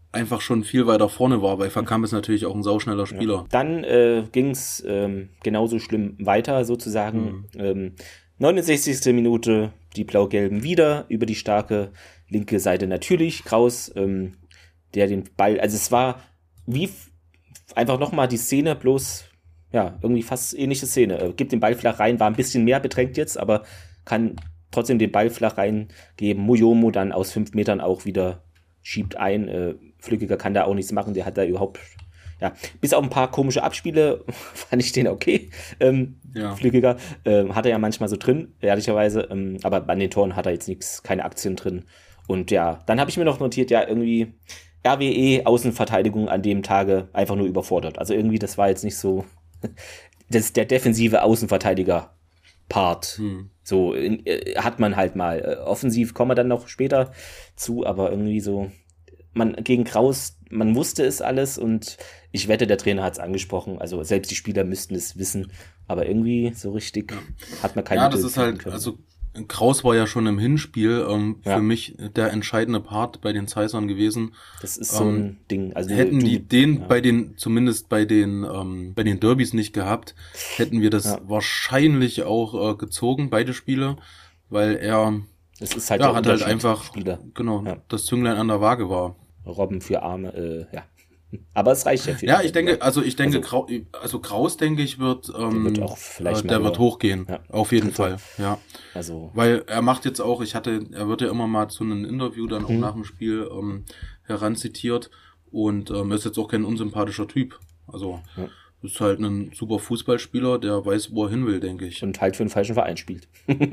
einfach schon viel weiter vorne war, weil Verkamp ist natürlich auch ein sauschneller Spieler. Ja. Dann äh, ging es ähm, genauso schlimm weiter sozusagen. Mhm. Ähm, neunundsechzigste Minute, die Blau-Gelben wieder über die starke linke Seite natürlich. Kraus, ähm, der den Ball, also es war wie f- einfach nochmal die Szene, bloß ja, irgendwie fast ähnliche Szene. Äh, gibt den Ball flach rein, war ein bisschen mehr bedrängt jetzt, aber kann trotzdem den Ball flach reingeben. Muyomo dann aus fünf Metern auch wieder schiebt ein. Äh, Flückiger kann da auch nichts machen, der hat da überhaupt, ja, bis auf ein paar komische Abspiele fand ich den okay. Ähm, ja. Flückiger äh, hat er ja manchmal so drin, ehrlicherweise, ähm, aber an den Toren hat er jetzt nichts, keine Aktien drin. Und ja, dann habe ich mir noch notiert, ja, irgendwie R W E Außenverteidigung an dem Tage einfach nur überfordert. Also irgendwie, das war jetzt nicht so, das ist der defensive Außenverteidiger-Part. Hm. So in, äh, hat man halt mal. Äh, offensiv kommen wir dann noch später zu, aber irgendwie so, man gegen Kraus, man wusste es alles und ich wette, der Trainer hat es angesprochen. Also selbst die Spieler müssten es wissen, aber irgendwie so richtig ja. hat man keine. Ja, das ist halt, können. also Kraus war ja schon im Hinspiel ähm, ja. für mich der entscheidende Part bei den Zeissern gewesen. Das ist so ein ähm, Ding. Also hätten du, die den ja. bei den, zumindest bei den ähm, bei den Derbys nicht gehabt, hätten wir das ja. wahrscheinlich auch äh, gezogen, beide Spiele, weil er das ist halt ja, hat halt einfach Spieler. genau ja. das Zünglein an der Waage war. Robben für Arme, äh, ja. Aber es reicht ja für Ja, ich denke, also ich denke, also, Grau, also Kraus, denke ich, wird, ähm, der wird auch vielleicht äh, der wird hochgehen, ja. auf jeden Fall, ja. Also weil er macht jetzt auch, ich hatte, er wird ja immer mal zu einem Interview dann auch hm. nach dem Spiel ähm, heranzitiert und ähm, ist jetzt auch kein unsympathischer Typ. Also ja. ist halt ein super Fußballspieler, der weiß, wo er hin will, denke ich. Und halt für den falschen Verein spielt.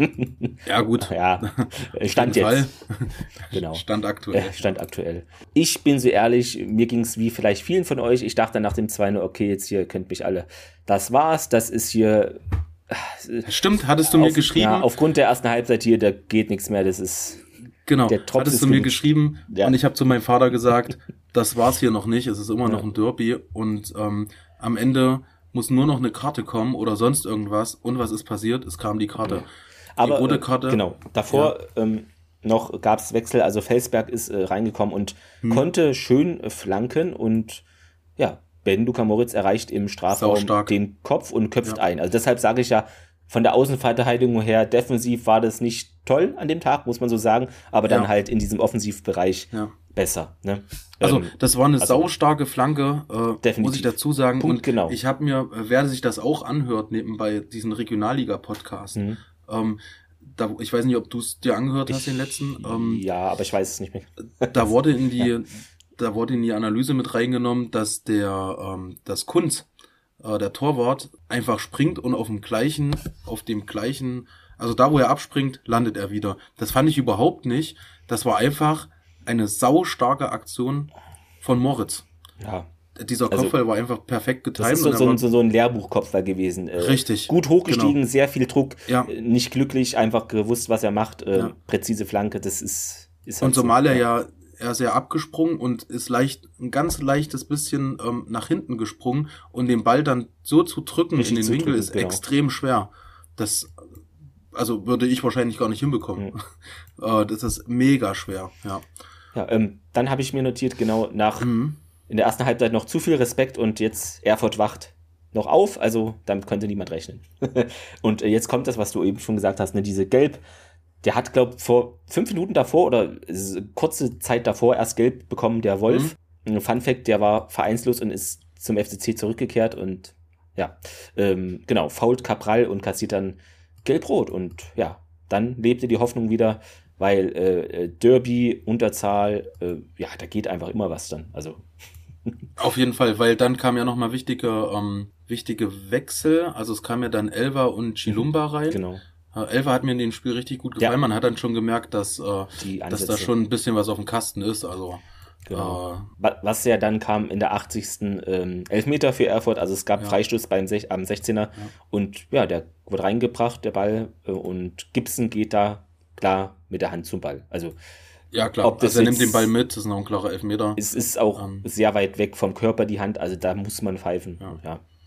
Ja, gut. Ja, Stand jetzt. Fall. Genau. Stand aktuell. Stand aktuell. Ich bin so ehrlich, mir ging es wie vielleicht vielen von euch. Ich dachte nach dem zwei null, okay, jetzt hier könnt mich alle. Das war's, das ist hier. Stimmt, hattest du mir auf, geschrieben. Ja, aufgrund der ersten Halbzeit hier, da geht nichts mehr, das ist. Genau, der Tropf hattest du mir geschrieben ja. und ich habe zu meinem Vater gesagt, das war's hier noch nicht, es ist immer ja. noch ein Derby und ähm, am Ende muss nur noch eine Karte kommen oder sonst irgendwas. Und was ist passiert? Es kam die Karte. Die Aber rote Karte. Äh, genau, davor ja. ähm, noch gab es Wechsel. Also Felsberg ist äh, reingekommen und hm. konnte schön äh, flanken. Und ja, Ben Luka Moritz erreicht im Strafraum den Kopf und köpft ja. ein. Also deshalb sage ich ja, von der Außenverteidigung her, defensiv war das nicht toll an dem Tag, muss man so sagen. Aber dann ja. halt in diesem Offensivbereich ja. besser. Ne? Also ähm, das war eine also, saustarke Flanke, äh, muss ich dazu sagen. Punkt, und genau. ich habe mir, wer sich das auch anhört, nebenbei diesen Regionalliga-Podcast, mhm. ähm, da, ich weiß nicht, ob du es dir angehört hast, ich, den letzten. Ähm, ja, aber ich weiß es nicht mehr. Da wurde in die, ja. da wurde in die Analyse mit reingenommen, dass der, ähm, das Kunz, äh, der Torwart, einfach springt und auf dem gleichen, auf dem gleichen, also da, wo er abspringt, landet er wieder. Das fand ich überhaupt nicht. Das war einfach eine saustarke Aktion von Moritz. Ja. Dieser Kopfball also, war einfach perfekt getimt. Das ist so, so, ein, so ein Lehrbuchkopfball gewesen. Äh, richtig. Gut hochgestiegen, genau. Sehr viel Druck, ja. nicht glücklich, einfach gewusst, was er macht. Äh, ja. Präzise Flanke, das ist, ist halt und Somalia so, ja, er ist ja abgesprungen und ist leicht, ein ganz leichtes bisschen ähm, nach hinten gesprungen und den Ball dann so zu drücken Richtig in den Winkel drücken, ist genau. extrem schwer. Das, also würde ich wahrscheinlich gar nicht hinbekommen. Mhm. Das ist mega schwer, ja. Ja, ähm, dann habe ich mir notiert, genau nach mhm. in der ersten Halbzeit noch zu viel Respekt und jetzt Erfurt wacht noch auf, also damit könnte niemand rechnen. Und äh, jetzt kommt das, was du eben schon gesagt hast, ne, diese Gelb, der hat, glaube ich, vor fünf Minuten davor oder äh, kurze Zeit davor erst Gelb bekommen, der Wolf. Mhm. Fun Fact, der war vereinslos und ist zum F C C zurückgekehrt und ja, ähm, genau, fault Cabral und kassiert dann Gelb-Rot und ja, dann lebte die Hoffnung wieder, weil äh, Derby, Unterzahl, äh, ja, da geht einfach immer was dann. Also auf jeden Fall, weil dann kam ja nochmal wichtige, ähm, wichtige Wechsel. Also es kam ja dann Elva und Chilumba rein. Genau. Äh, Elva hat mir in dem Spiel richtig gut gefallen. Ja. Man hat dann schon gemerkt, dass, äh, dass da schon ein bisschen was auf dem Kasten ist. Also genau. Äh, was ja dann kam in der achtzigsten Ähm, Elfmeter für Erfurt. Also es gab ja. Freistoß beim Sech- am sechzehner Ja. Und ja, der wurde reingebracht, der Ball. Äh, und Gibson geht da klar mit der Hand zum Ball. Also ja, klar. Ob das also er nimmt den Ball mit, das ist noch ein klarer Elfmeter. Es ist auch ähm. sehr weit weg vom Körper die Hand, also da muss man pfeifen. Ja. ja.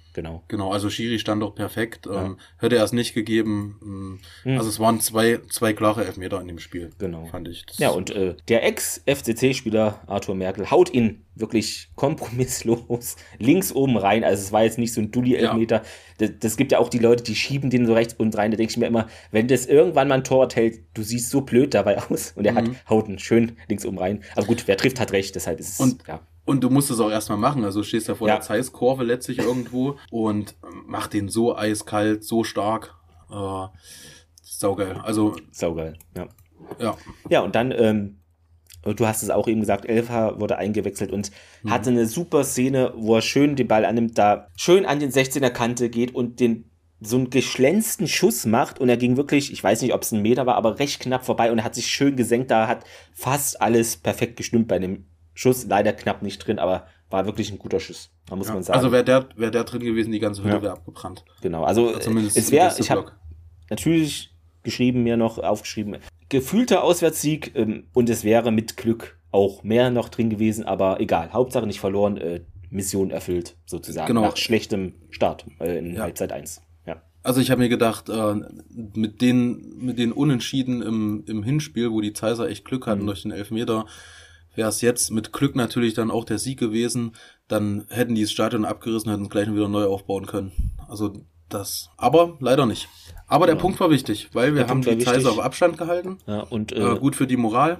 Genau. Genau, also Schiri stand doch perfekt. Ja. Ähm, hätte er es nicht gegeben. Hm. Also es waren zwei, zwei klare Elfmeter in dem Spiel. Genau. Fand ich. Das ja, und äh, der Ex-F C C-Spieler Arthur Merkel haut ihn wirklich kompromisslos links oben rein. Also es war jetzt nicht so ein Dulli-Elfmeter. Ja. Das, das gibt ja auch die Leute, die schieben den so rechts unten rein. Da denke ich mir immer, wenn das irgendwann mal ein Torwart hält, du siehst so blöd dabei aus. Und er mhm. hat haut ihn schön links oben rein. Aber gut, wer trifft, hat recht. Deshalb ist es, und ja. Und du musst es auch erstmal machen. Also du stehst ja vor ja. der Zeisskurve letztlich irgendwo und mach den so eiskalt, so stark. Äh, saugeil. Also, saugeil, ja. Ja, ja und dann, ähm, du hast es auch eben gesagt, Elfer wurde eingewechselt und mhm. hatte eine super Szene, wo er schön den Ball annimmt, da schön an den sechzehner Kante geht und den so einen geschlänzten Schuss macht und er ging wirklich, ich weiß nicht, ob es ein Meter war, aber recht knapp vorbei und er hat sich schön gesenkt. Da hat fast alles perfekt gestimmt bei dem Schuss, leider knapp nicht drin, aber war wirklich ein guter Schuss, da muss ja, man sagen. Also wäre der, wär der drin gewesen, die ganze Hütte ja. wäre abgebrannt. Genau, also zumindest es wäre, ich habe natürlich geschrieben, mir noch aufgeschrieben, gefühlter Auswärtssieg ähm, und es wäre mit Glück auch mehr noch drin gewesen, aber egal, Hauptsache nicht verloren, äh, Mission erfüllt sozusagen, genau. nach schlechtem Start äh, in ja. Halbzeit eins. Ja. Also ich habe mir gedacht, äh, mit den mit den Unentschieden im, im Hinspiel, wo die Zeiser echt Glück hatten mhm. durch den Elfmeter, wäre es jetzt mit Glück natürlich dann auch der Sieg gewesen, dann hätten die das Stadion abgerissen, hätten es gleich wieder neu aufbauen können. Also das, aber leider nicht. Aber der ja. Punkt war wichtig, weil wir der haben die Zeiser auf Abstand gehalten. Ja, und äh, äh, gut für die Moral.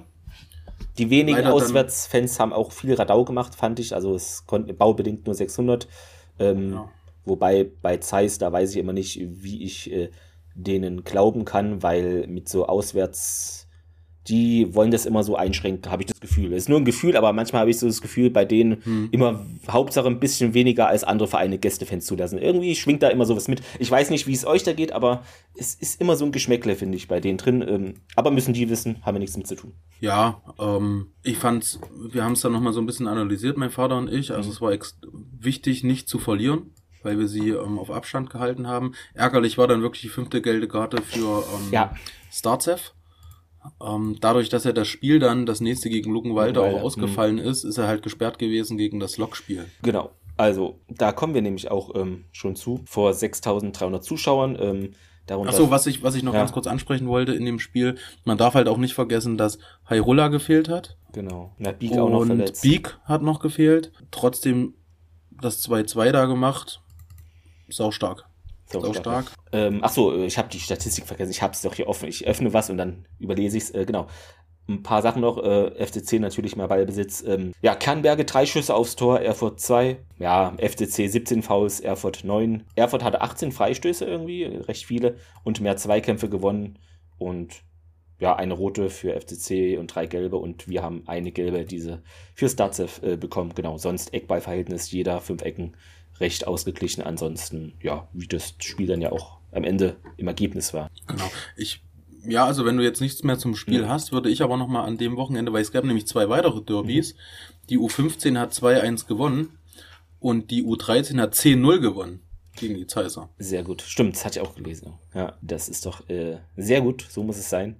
Die wenigen leider Auswärtsfans haben auch viel Radau gemacht, fand ich. Also es konnten baubedingt nur sechshundert. Ähm, ja. Wobei bei Zeiss, da weiß ich immer nicht, wie ich äh, denen glauben kann, weil mit so Auswärts... Die wollen das immer so einschränken, habe ich das Gefühl. Es ist nur ein Gefühl, aber manchmal habe ich so das Gefühl, bei denen hm. immer Hauptsache ein bisschen weniger als andere Vereine Gästefans zulassen. Irgendwie schwingt da immer sowas mit. Ich weiß nicht, wie es euch da geht, aber es ist immer so ein Geschmäckle, finde ich, bei denen drin. Aber müssen die wissen, haben wir nichts mit zu tun. Ja, ähm, ich fand's, wir haben es dann nochmal so ein bisschen analysiert, mein Vater und ich. Also mhm. es war ex- wichtig, nicht zu verlieren, weil wir sie ähm, auf Abstand gehalten haben. Ärgerlich war dann wirklich die fünfte gelbe Karte für ähm, ja. Starzev. Ähm, dadurch, dass er das Spiel dann, das nächste gegen Luckenwalde auch ausgefallen mh. ist, ist er halt gesperrt gewesen gegen das Lokspiel. Genau, also da kommen wir nämlich auch ähm, schon zu, vor sechstausenddreihundert Zuschauern. Ähm, Achso, was ich, was ich noch ja. ganz kurz ansprechen wollte in dem Spiel, man darf halt auch nicht vergessen, dass Hairola gefehlt hat. Genau, na, Beek auch noch verletzt. Und Beek hat noch gefehlt, trotzdem das zwei zwei da gemacht, sau stark. So stark. stark. Ähm, ach so, ich habe die Statistik vergessen. Ich habe es doch hier offen. Ich öffne was und dann überlese ich es. Äh, genau. Ein paar Sachen noch. Äh, F C C natürlich mal Ballbesitz. Ähm, ja, Kernberge drei Schüsse aufs Tor, Erfurt zwei. Ja, F C C siebzehn Fouls, Erfurt neun. Erfurt hatte achtzehn Freistöße irgendwie, recht viele. Und mehr Zweikämpfe gewonnen. Und ja, eine rote für F C C und drei gelbe. Und wir haben eine gelbe, diese für Starzev äh, bekommen. Genau, sonst Eckballverhältnis, jeder fünf Ecken. Recht ausgeglichen, ansonsten, ja, wie das Spiel dann ja auch am Ende im Ergebnis war. Genau, ich, ja, also wenn du jetzt nichts mehr zum Spiel ja. hast, würde ich aber nochmal an dem Wochenende, weil es gab nämlich zwei weitere Derbys, mhm. die U fünfzehn hat zwei eins gewonnen und die U dreizehn hat zehn null gewonnen gegen die Zeiser. Sehr gut, stimmt, das hatte ich auch gelesen. Ja, das ist doch äh, sehr gut, so muss es sein.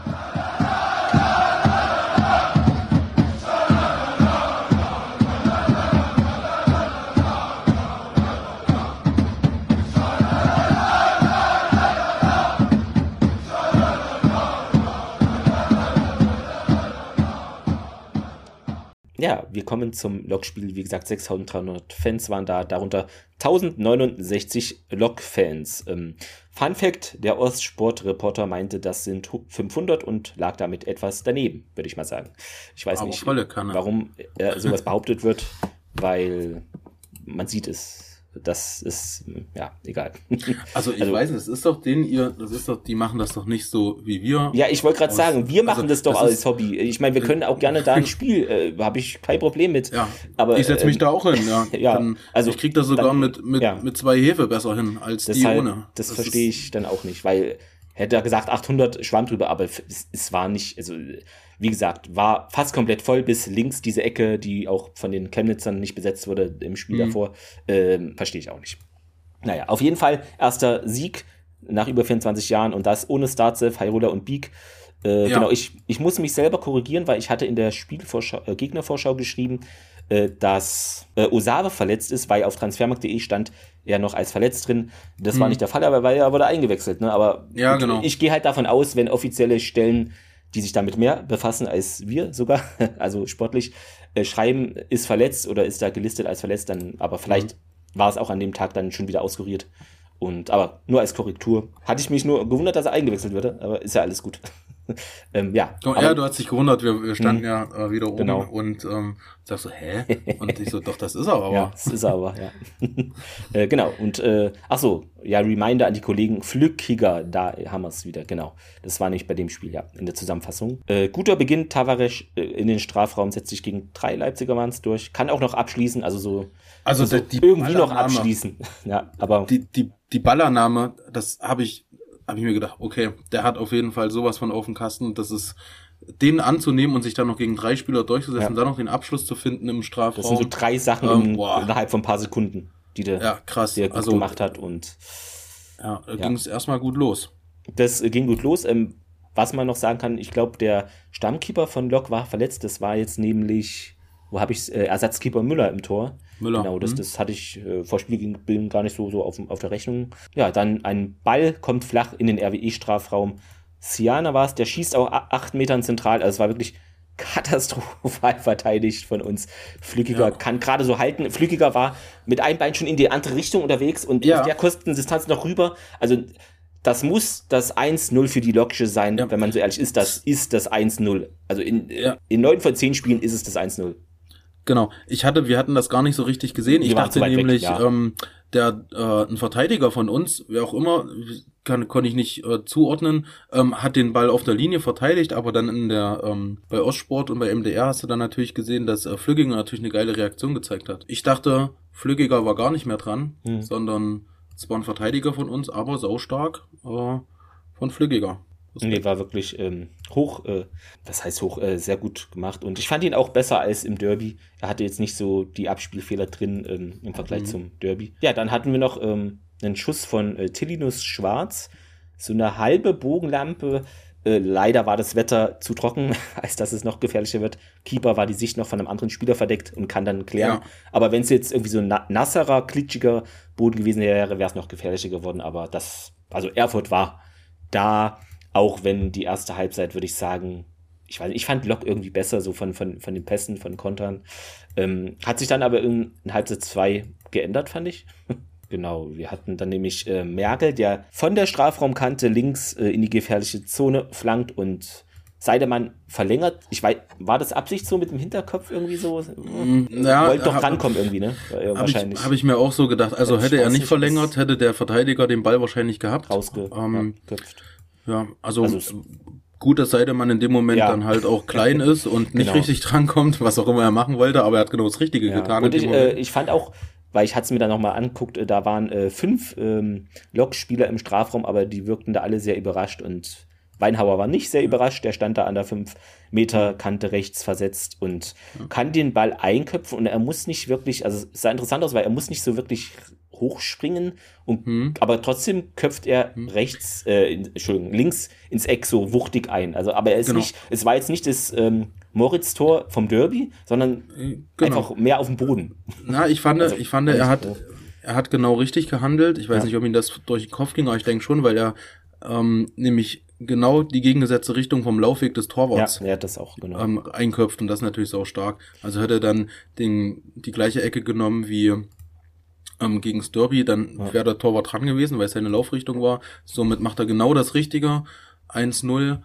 Ja, wir kommen zum Lokspiel. Wie gesagt, sechstausenddreihundert Fans waren da, darunter tausendneunundsechzig Lok-Fans. Ähm, Fun Fact, der Ostsport-Reporter meinte, das sind fünfhundert und lag damit etwas daneben, würde ich mal sagen. Ich weiß Aber nicht, warum äh, sowas behauptet wird, weil man sieht es. Das ist, ja, egal. Also ich also, weiß nicht, das ist doch denen ihr, das ist doch, die machen das doch nicht so wie wir. Ja, ich wollte gerade sagen, wir machen also, das doch das als ist, Hobby. Ich meine, wir können auch gerne da ein Spiel, äh, habe ich kein Problem mit. Ja, aber ich setze mich äh, da auch hin, ja. ja dann, also ich krieg das sogar dann, mit, mit, ja. mit zwei Hefe besser hin, als Deshalb, die ohne. Das, das verstehe ich dann auch nicht, weil hätte er gesagt achthundert, schwamm drüber, aber es, es war nicht, also wie gesagt, war fast komplett voll bis links diese Ecke, die auch von den Chemnitzern nicht besetzt wurde im Spiel mhm. davor, ähm, verstehe ich auch nicht. Naja, auf jeden Fall erster Sieg nach über vierundzwanzig Jahren und das ohne Starzev, Hairola und Beek. Äh, ja. Genau, ich, ich muss mich selber korrigieren, weil ich hatte in der Spielvorschau, äh, Gegnervorschau geschrieben, äh, dass äh, Osawe verletzt ist, weil auf transfermarkt punkt de stand er noch als verletzt drin. Das hm. war nicht der Fall, aber weil er wurde eingewechselt. Ne? Aber ja, gut, genau. ich gehe halt davon aus, wenn offizielle Stellen, die sich damit mehr befassen als wir sogar, also sportlich, äh, schreiben, ist verletzt oder ist da gelistet als verletzt, dann, aber vielleicht mhm. war es auch an dem Tag dann schon wieder auskuriert. Und, aber nur als Korrektur. Hatte ich mich nur gewundert, dass er eingewechselt würde, aber ist ja alles gut. ähm, ja. Oh, aber, ja, du hast dich gewundert, wir, wir standen mh, ja äh, wieder oben genau. und ähm, sagst so, hä? Und ich so, doch, das ist er aber. Ja, das ist er aber, ja. äh, genau, und äh, ach so, ja, Reminder an die Kollegen, Flückiger, da haben wir es wieder, genau. Das war nicht bei dem Spiel, ja, in der Zusammenfassung. Äh, guter Beginn, Tavares äh, in den Strafraum, setzt sich gegen drei Leipziger waren es durch, kann auch noch abschließen, also so, also also die, die irgendwie noch abschließen. ja, aber die, die, die Ballannahme, das habe ich habe ich mir gedacht, okay, der hat auf jeden Fall sowas von auf dem Kasten, das ist, den anzunehmen und sich dann noch gegen drei Spieler durchzusetzen, ja. und dann noch den Abschluss zu finden im Strafraum. Das sind so drei Sachen ähm, in, innerhalb von ein paar Sekunden, die der, ja, krass. der gut also, gemacht hat. Und ja, da ja. ging es erstmal gut los. Das äh, ging gut los. Ähm, was man noch sagen kann, ich glaube, der Stammkeeper von Lok war verletzt. Das war jetzt nämlich, wo habe ich äh, Ersatzkeeper Müller im Tor. Müller. Genau, das, hm. das hatte ich äh, vor Spielbeginn gar nicht so, so auf, auf der Rechnung. Ja, dann ein Ball kommt flach in den R W E-Strafraum. Siana war es, der schießt auch acht Metern zentral. Also es war wirklich katastrophal verteidigt von uns. Flückiger ja. kann gerade so halten. Flückiger war mit einem Bein schon in die andere Richtung unterwegs und ja. auf der Kostendistanz noch rüber. Also das muss das eins null für die Loksche sein, ja. wenn man so ehrlich ist. Das ist das eins null. Also in, ja. in neun von zehn Spielen ist es das eins null. Genau. Ich hatte, wir hatten das gar nicht so richtig gesehen. Ich dachte nämlich, weg, ja. ähm, der äh, ein Verteidiger von uns, wer auch immer, kann, konnte ich nicht äh, zuordnen, ähm, hat den Ball auf der Linie verteidigt, aber dann in der ähm, bei Ostsport und bei M D R hast du dann natürlich gesehen, dass äh, Flückiger natürlich eine geile Reaktion gezeigt hat. Ich dachte, Flückiger war gar nicht mehr dran, mhm. sondern es war ein Verteidiger von uns, aber saustark äh, von Flückiger. Nee, war wirklich ähm, hoch, äh, das heißt hoch, äh, sehr gut gemacht. Und ich fand ihn auch besser als im Derby. Er hatte jetzt nicht so die Abspielfehler drin ähm, im Vergleich mhm. zum Derby. Ja, dann hatten wir noch ähm, einen Schuss von äh, Tillinus Schwarz. So eine halbe Bogenlampe. Äh, leider war das Wetter zu trocken, als dass es noch gefährlicher wird. Keeper war die Sicht noch von einem anderen Spieler verdeckt und kann dann klären. Ja. Aber wenn es jetzt irgendwie so ein na- nasserer, glitschiger Boden gewesen wäre, wäre es noch gefährlicher geworden. Aber das, also Erfurt war da. Auch wenn die erste Halbzeit, würde ich sagen, ich weiß nicht, ich fand Lok irgendwie besser, so von, von, von den Pässen, von Kontern. Ähm, hat sich dann aber in, in Halbzeit zwei geändert, fand ich. Genau, wir hatten dann nämlich äh, Merkel, der von der Strafraumkante links äh, in die gefährliche Zone flankt und Seidemann verlängert. Ich weiß, war das Absicht so mit dem Hinterkopf irgendwie so? Ja, wollte doch hab, rankommen irgendwie, ne? Ja, Habe ich, hab ich mir auch so gedacht. Also hätte er nicht verlängert, hätte der Verteidiger den Ball wahrscheinlich gehabt. Rausgeköpft. Ähm, Ja, also, also gut, dass Seidemann in dem Moment ja. dann halt auch klein ist und nicht genau. richtig drankommt, was auch immer er machen wollte, aber er hat genau das Richtige ja. getan. Und ich, äh, ich fand auch, weil ich hatte es mir dann nochmal angeguckt, da waren äh, fünf ähm, Lok-Spieler im Strafraum, aber die wirkten da alle sehr überrascht und Weinhauer war nicht sehr überrascht, der stand da an der fünf Meter Kante rechts versetzt und ja. kann den Ball einköpfen und er muss nicht wirklich, also es sah interessant aus, weil er muss nicht so wirklich hochspringen, und, hm. aber trotzdem köpft er hm. rechts, äh, in, Entschuldigung, links ins Eck so wuchtig ein. Also, aber er ist genau. nicht, es war jetzt nicht das ähm, Moritz-Tor vom Derby, sondern genau. einfach mehr auf dem Boden. Na, ich fand, also, ich fand, er hat, er hat genau richtig gehandelt. Ich weiß ja. nicht, ob ihm das durch den Kopf ging, aber ich denke schon, weil er ähm, nämlich genau die gegengesetzte Richtung vom Laufweg des Torwarts ja, er hat das auch, genau. ähm, einköpft und das natürlich sau stark. Also hätte er dann den, die gleiche Ecke genommen wie ähm, gegen das Derby, dann ja. wäre der Torwart dran gewesen, weil es seine Laufrichtung war. Somit macht er genau das Richtige, eins null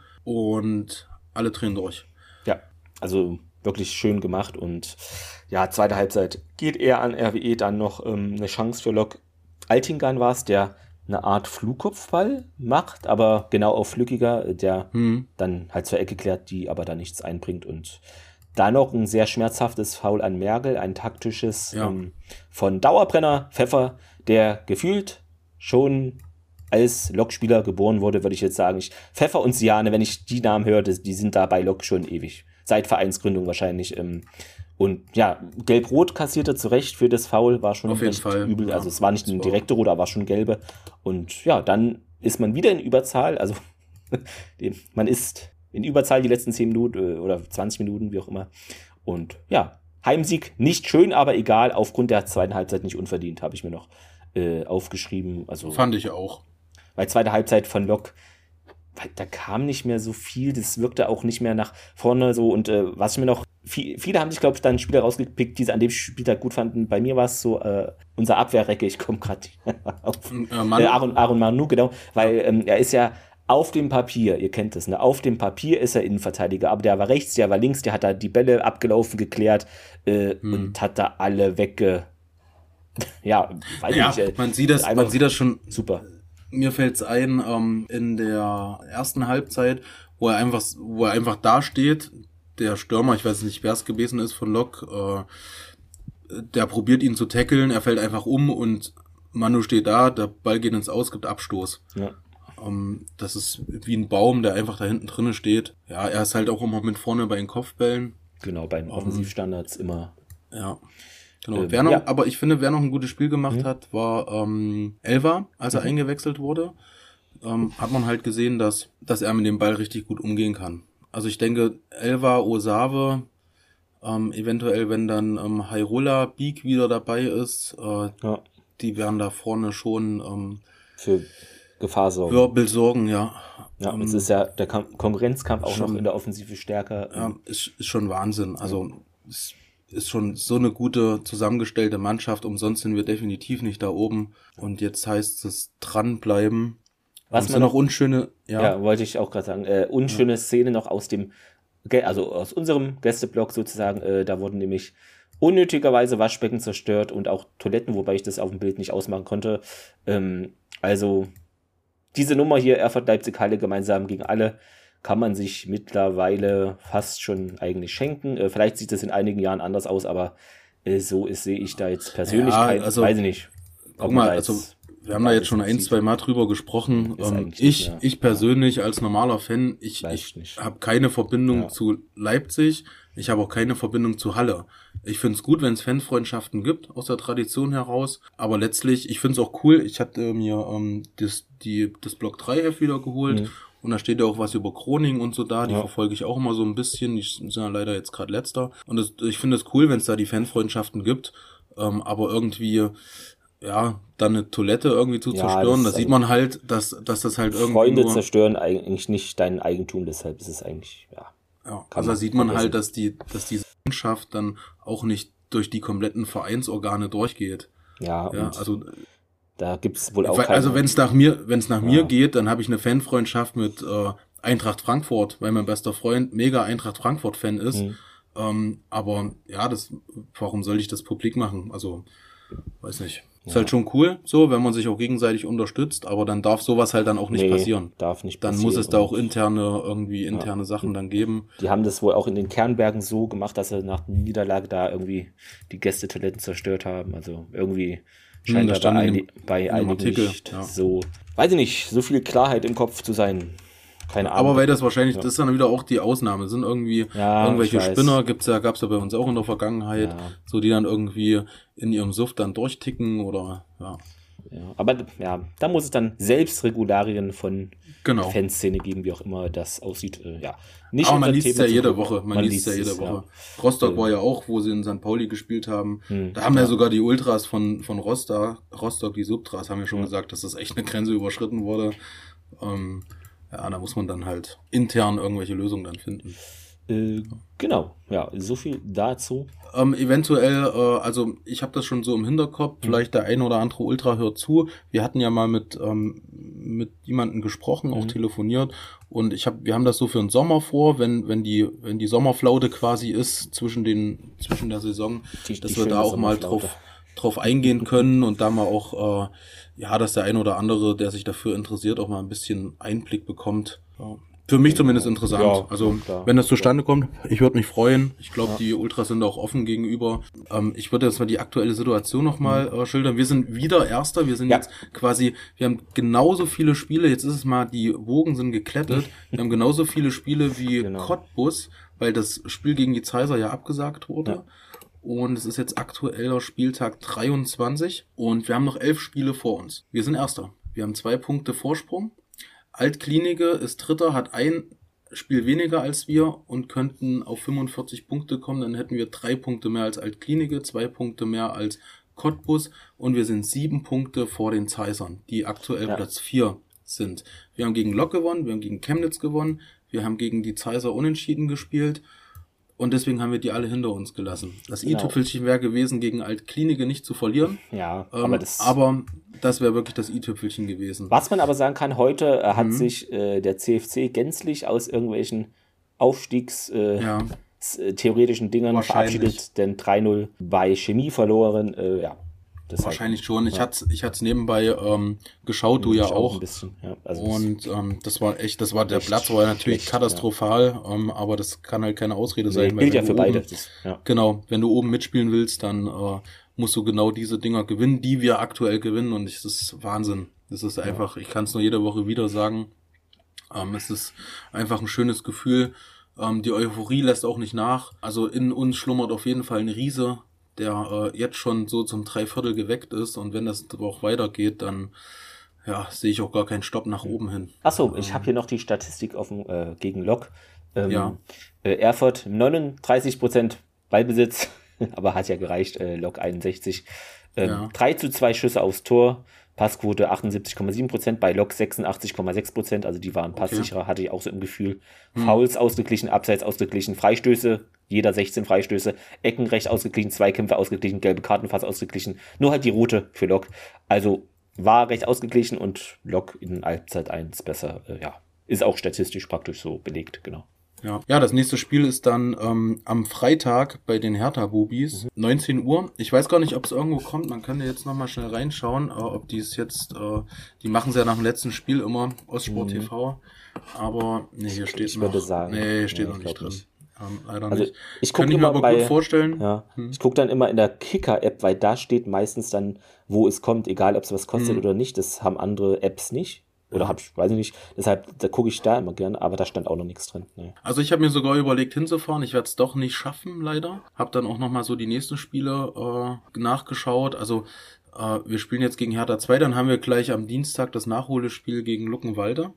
und alle drehen durch. Ja, also wirklich schön gemacht und ja, zweite Halbzeit geht eher an R W E, dann noch ähm, eine Chance für Lok. Altingan war es, der eine Art Flugkopfball macht, aber genau auf Flückiger, der hm. dann halt zur Ecke klärt, die aber da nichts einbringt. Und da noch ein sehr schmerzhaftes Foul an Merkel, ein taktisches ja. ähm, von Dauerbrenner Pfeffer, der gefühlt schon als Lok-Spieler geboren wurde, würde ich jetzt sagen. Ich, Pfeffer und Siane, wenn ich die Namen höre, das, die sind da bei Lok schon ewig. Seit Vereinsgründung wahrscheinlich. Ähm, Und ja, gelb-rot kassierte zurecht für das Foul, war schon Auf jeden Fall. übel. Ja, also es war nicht ein direkter Rot, aber war schon gelbe. Und ja, dann ist man wieder in Überzahl. Also man ist in Überzahl die letzten zehn Minuten oder zwanzig Minuten, wie auch immer. Und ja, Heimsieg nicht schön, aber egal, aufgrund der zweiten Halbzeit nicht unverdient, habe ich mir noch äh, aufgeschrieben. Also, fand ich auch. Weil zweite Halbzeit von Lok, weil da kam nicht mehr so viel, das wirkte auch nicht mehr nach vorne so und äh, was ich mir noch, viel, viele haben sich, glaube ich, dann Spieler rausgepickt, die sie an dem Spieltag gut fanden. Bei mir war es so, äh, unser Abwehrrecke, ich komme gerade auf äh, Manu. Äh, Aaron, Aaron Manu, genau, weil ähm, er ist ja auf dem Papier, ihr kennt das, ne? Auf dem Papier ist er Innenverteidiger, aber der war rechts, der war links, der hat da die Bälle abgelaufen, geklärt äh, hm. und hat da alle wegge... ja, weiß ja, nicht. Äh, man sieht das, man sieht das schon... Super. Mir fällt es ein, ähm, in der ersten Halbzeit, wo er einfach, wo er einfach da steht, der Stürmer, ich weiß nicht, wer es gewesen ist von Lok, äh, der probiert ihn zu tackeln, er fällt einfach um und Manu steht da, der Ball geht ins Aus, gibt Abstoß. Ja. Ähm, das ist wie ein Baum, der einfach da hinten drinnen steht. Ja, er ist halt auch immer mit vorne bei den Kopfbällen. Genau, bei den Offensivstandards ähm, immer. Ja. Genau. Wer noch, ja. Aber ich finde, wer noch ein gutes Spiel gemacht mhm. hat, war ähm, Elva, als er mhm. eingewechselt wurde. Ähm, hat man halt gesehen, dass dass er mit dem Ball richtig gut umgehen kann. Also ich denke, Elva, Osave, ähm, eventuell, wenn dann ähm, Hairola, Beek wieder dabei ist, äh, ja. die werden da vorne schon ähm, für Gefahr sorgen. Wirbel sorgen, ja. Ja, ähm, es ist ja der Kam- Konkurrenzkampf auch schon, noch in der Offensive stärker. Ja, ist, ist schon Wahnsinn. Also es ist schon so eine gute zusammengestellte Mannschaft. Umsonst sind wir definitiv nicht da oben. Und jetzt heißt es dranbleiben. Was man noch unschöne, ja, ja wollte ich auch gerade sagen, äh, unschöne ja. Szene noch aus dem, also aus unserem Gästeblock sozusagen. Äh, da wurden nämlich unnötigerweise Waschbecken zerstört und auch Toiletten, wobei ich das auf dem Bild nicht ausmachen konnte. Ähm, also diese Nummer hier, Erfurt, Leipzig, Halle gemeinsam gegen alle, kann man sich mittlerweile fast schon eigentlich schenken. Äh, vielleicht sieht das in einigen Jahren anders aus, aber äh, so ist, sehe ich da jetzt persönlich ja, kein, also, weiß ich nicht. Guck mal, also wir haben da jetzt schon ein, zwei Mal drüber gesprochen. Ähm, ich, nicht, ich persönlich ja. als normaler Fan, ich, ich habe keine Verbindung ja. zu Leipzig. Ich habe auch keine Verbindung zu Halle. Ich finde es gut, wenn es Fanfreundschaften gibt, aus der Tradition heraus. Aber letztlich, ich finde es auch cool. Ich hatte mir ähm, das, die, das Block drei F wieder geholt. Mhm. Und da steht ja auch was über Groningen und so da. Die ja. verfolge ich auch immer so ein bisschen. Die sind ja leider jetzt gerade letzter. Und das, ich finde es cool, wenn es da die Fanfreundschaften gibt. Ähm, aber irgendwie... ja, dann eine Toilette irgendwie zu ja, zerstören, da sieht man halt, dass, dass das halt irgendwie Freunde nur zerstören eigentlich nicht dein Eigentum, deshalb ist es eigentlich, ja. Ja, also da sieht man vergessen. halt, dass die, dass diese Mannschaft dann auch nicht durch die kompletten Vereinsorgane durchgeht. Ja, ja also da gibt's wohl auch keine, Also wenn es nach mir, wenn es nach ja. mir geht, dann habe ich eine Fanfreundschaft mit äh, Eintracht Frankfurt, weil mein bester Freund mega Eintracht Frankfurt-Fan ist. Mhm. Ähm, aber ja, das, warum soll ich das publik machen? Also, weiß nicht. Ist ja. halt schon cool, so, wenn man sich auch gegenseitig unterstützt, aber dann darf sowas halt dann auch nicht nee, passieren. Darf nicht passieren. Dann muss es da auch interne, irgendwie interne ja. Sachen dann geben. Die haben das wohl auch in den Kernbergen so gemacht, dass sie nach der Niederlage da irgendwie die Gästetoiletten zerstört haben. Also irgendwie scheint hm, da bei, ein, bei einigen Artikel, nicht ja. so, weiß ich nicht, so viel Klarheit im Kopf zu sein. Keine Ahnung. Aber weil das wahrscheinlich, ja. das ist dann wieder auch die Ausnahme, sind irgendwie ja, irgendwelche Spinner, gibt's ja, gab's ja bei uns auch in der Vergangenheit, ja. so die dann irgendwie in ihrem Suff dann durchticken oder, ja. Ja, aber ja, da muss es dann Selbstregularien von genau. Fanszene geben, wie auch immer das aussieht. Äh, ja. Nicht aber man liest es ja jede Woche. Man, man liest es ja jede Woche. Ja. Rostock äh, war ja auch, wo sie in Sankt Pauli gespielt haben. Hm, da haben ja. ja sogar die Ultras von, von Rostock, Rostock, die Subtras, haben ja schon hm. gesagt, dass das echt eine Grenze überschritten wurde. Ähm, Ja, da muss man dann halt intern irgendwelche Lösungen dann finden. Äh, genau, ja, so viel dazu. Ähm, eventuell, äh, also ich habe das schon so im Hinterkopf, mhm. vielleicht der ein oder andere Ultra hört zu. Wir hatten ja mal mit ähm, mit jemandem gesprochen, mhm. auch telefoniert und ich habe, wir haben das so für den Sommer vor, wenn wenn die wenn die Sommerflaute quasi ist zwischen den zwischen der Saison, die, dass die wir da auch mal drauf drauf eingehen können und da mal auch, äh, ja, dass der ein oder andere, der sich dafür interessiert, auch mal ein bisschen Einblick bekommt. Ja. Für mich zumindest interessant. Ja, also, klar, wenn das zustande kommt, ich würde mich freuen. Ich glaube, ja. die Ultras sind da auch offen gegenüber. Ähm, ich würde jetzt mal die aktuelle Situation nochmal mhm. äh, schildern. Wir sind wieder Erster. Wir sind ja. jetzt quasi, wir haben genauso viele Spiele. Jetzt ist es mal, die Wogen sind geklettet. Wir haben genauso viele Spiele wie genau. Cottbus, weil das Spiel gegen die Zeiser ja abgesagt wurde. Ja. Und es ist jetzt aktueller Spieltag dreiundzwanzig und wir haben noch elf Spiele vor uns. Wir sind Erster. Wir haben zwei Punkte Vorsprung. Altklinike ist Dritter, hat ein Spiel weniger als wir und könnten auf fünfundvierzig Punkte kommen, dann hätten wir drei Punkte mehr als Altklinike, zwei Punkte mehr als Cottbus und wir sind sieben Punkte vor den Zeissern, die aktuell ja. Platz vier sind. Wir haben gegen Lok gewonnen, wir haben gegen Chemnitz gewonnen, wir haben gegen die Zeisser unentschieden gespielt und deswegen haben wir die alle hinter uns gelassen. Das genau. i-Tüpfelchen wäre gewesen, gegen Altklinike nicht zu verlieren. Ja, ähm, aber das... Aber das wäre wirklich das i-Tüpfelchen gewesen. Was man aber sagen kann, heute äh, hat mhm. sich äh, der C F C gänzlich aus irgendwelchen Aufstiegs... Äh, ja. theoretischen Dingern verabschiedet, denn drei null bei Chemie verloren, äh, ja. Wahrscheinlich halt, schon. Ich ja. hatte ich es nebenbei ähm, geschaut, du ja auch. Ein bisschen, ja. Also und ähm, das war echt, das war der Platz, war natürlich schlecht, katastrophal, ja. ähm, aber das kann halt keine Ausrede nee, sein. Weil gilt ja für oben, beide. Das, ja. Genau, wenn du oben mitspielen willst, dann äh, musst du genau diese Dinger gewinnen, die wir aktuell gewinnen und das ist Wahnsinn. Das ist einfach, ja. ich kann es nur jede Woche wieder sagen, ähm, es ist einfach ein schönes Gefühl. Ähm, die Euphorie lässt auch nicht nach. Also in uns schlummert auf jeden Fall ein Riese, der äh, jetzt schon so zum Dreiviertel geweckt ist. Und wenn das auch weitergeht, dann ja, sehe ich auch gar keinen Stopp nach oben hin. Achso, ich ähm, habe hier noch die Statistik offen äh, gegen Lok. Ähm, ja. äh, Erfurt neununddreißig Prozent Ballbesitz, aber hat ja gereicht. Äh, Lok einundsechzig. Ähm, ja. drei zu zwei Schüsse aufs Tor. Passquote achtundsiebzig Komma sieben Prozent, bei Lok sechsundachtzig Komma sechs Prozent, also die waren passsicherer, okay. hatte ich auch so im Gefühl. Hm. Fouls ausgeglichen, Abseits ausgeglichen, Freistöße, jeder sechzehn Freistöße, Eckenrecht ausgeglichen, Zweikämpfe ausgeglichen, gelbe Karten fast ausgeglichen, nur halt die Route für Lok. Also war recht ausgeglichen und Lok in Halbzeit eins besser, äh, ja, ist auch statistisch praktisch so belegt, genau. Ja. ja, das nächste Spiel ist dann ähm, am Freitag bei den Hertha-Bubis, mhm. neunzehn Uhr. Ich weiß gar nicht, ob es irgendwo kommt. Man kann ja jetzt nochmal schnell reinschauen, äh, ob die es jetzt, äh, die machen es ja nach dem letzten Spiel immer, Ostsport mhm. T V. Aber, nee, hier steht ich noch. Würde sagen, nee, steht ja, noch nicht drin. Nicht. Ähm, leider also nicht. Ich gucke mir immer aber bei, gut vorstellen. Ja, hm. Ich gucke dann immer in der Kicker-App, weil da steht meistens dann, wo es kommt, egal ob es was kostet hm. oder nicht. Das haben andere Apps nicht. Oder hab ich, weiß ich nicht, deshalb, da gucke ich da immer gerne, aber da stand auch noch nichts drin. Nee. Also ich habe mir sogar überlegt hinzufahren, ich werde es doch nicht schaffen, leider. Hab dann auch nochmal so die nächsten Spiele äh, nachgeschaut, also äh, wir spielen jetzt gegen Hertha zwei, dann haben wir gleich am Dienstag das Nachholespiel gegen Luckenwalde.